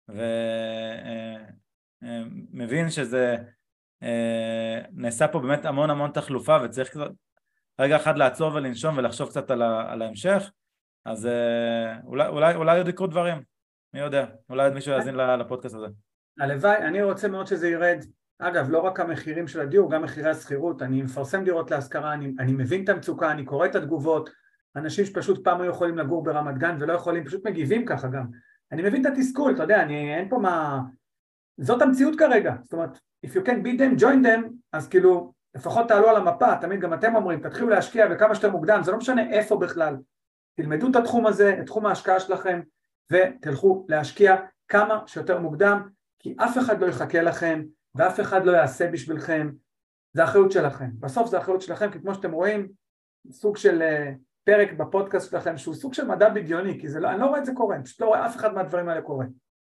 ומבין שזה נעשה פה באמת המון המון תחלופה, וצריך רגע אחד לעצור ולנשום ולחשוב קצת על, על ההמשך, אז אולי, אולי, אולי עוד יקרו דברים, מי יודע, אולי עוד מישהו יאזין לפודקאסט הזה. הלוואי, אני רוצה מאוד שזה ירד, אגב, לא רק המחירים של הדיור, גם מחירי השכירות, אני מפרסם דירות להשכרה, אני, אני מבין את המצוקה, אני קורא את התגובות, אנשים שפשוט פעם היו יכולים לגור ברמת גן ולא יכולים, פשוט מגיבים ככה גם. אני מבין את התסכול, אתה יודע, אני, אין פה מה... זאת המציאות כרגע, זאת אומרת, if you can beat them, join them, אז כאילו, לפחות תעלו על המפה, תמיד גם אתם אומרים, תתחילו להשקיע וכמה שאתם מוקדם, זה לא משנה איפה בכלל. תלמדו את התחום הזה, את תחום ההשקעה שלכם, ותלכו להשקיע כמה שיותר מוקדם, כי אף אחד לא יחכה לכם, ואף אחד לא יעשה בשבילכם, זה האחריות שלכם. בסוף זה האחריות שלכם, כי כמו שאתם רואים, סוג של פרק בפודקאסט שלכם, שהוא סוג של מדע בדיוני, כי זה לא, אני לא רואה את זה קורה, פשוט לא רואה אף אחד מהדברים האלה קורה.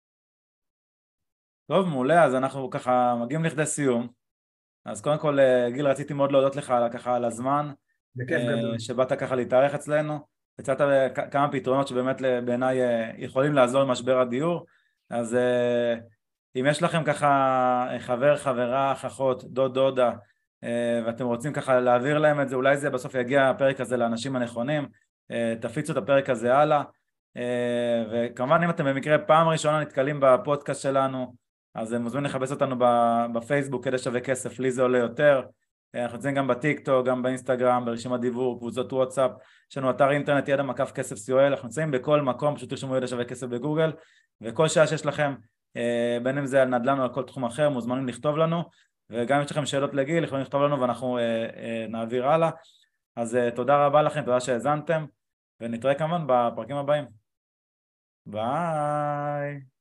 טוב, מעולה, אז אנחנו ככה מגיעים לכדי סיום. אז קודם כל, גיל, רציתי מאוד להודות לך ככה על הזמן, בכיף גדול. שבאת ככה להתארח אצלנו, הצעת כמה פתרונות שבאמת בעיניי יכולים לעזור למשבר הדיור, אז אם יש לכם ככה חבר, חברה, אחות, דוד, דודה, ואתם רוצים ככה להעביר להם את זה, אולי זה בסוף יגיע הפרק הזה לאנשים הנכונים, תפיצו את הפרק הזה הלאה, וכמובן אם אתם במקרה פעם ראשונה נתקלים בפודקאסט שלנו, אז מוזמנים לחפש אותנו בפייסבוק, כדי שווה כסף, לי זה עולה יותר, אנחנו נמצאים גם בטיקטוק, גם באינסטגרם, ברשימת דיבור, קבוצות וואטסאפ, יש לנו אתר אינטרנט ידע מקף כסף סי או אל, אנחנו נמצאים בכל מקום, פשוט תרשמו ידע שווה כסף בגוגל, וכל שעה שיש לכם, בין אם זה על נדל"ן או על כל תחום אחר, מוזמנים לכתוב לנו, וגם אם יש לכם שאלות לגיל, יכולים לכתוב לנו ואנחנו נעביר הלאה. אז תודה רבה לכם, תודה שהאזנתם, ונתראה כמובן בפרקים הבאים. ביי.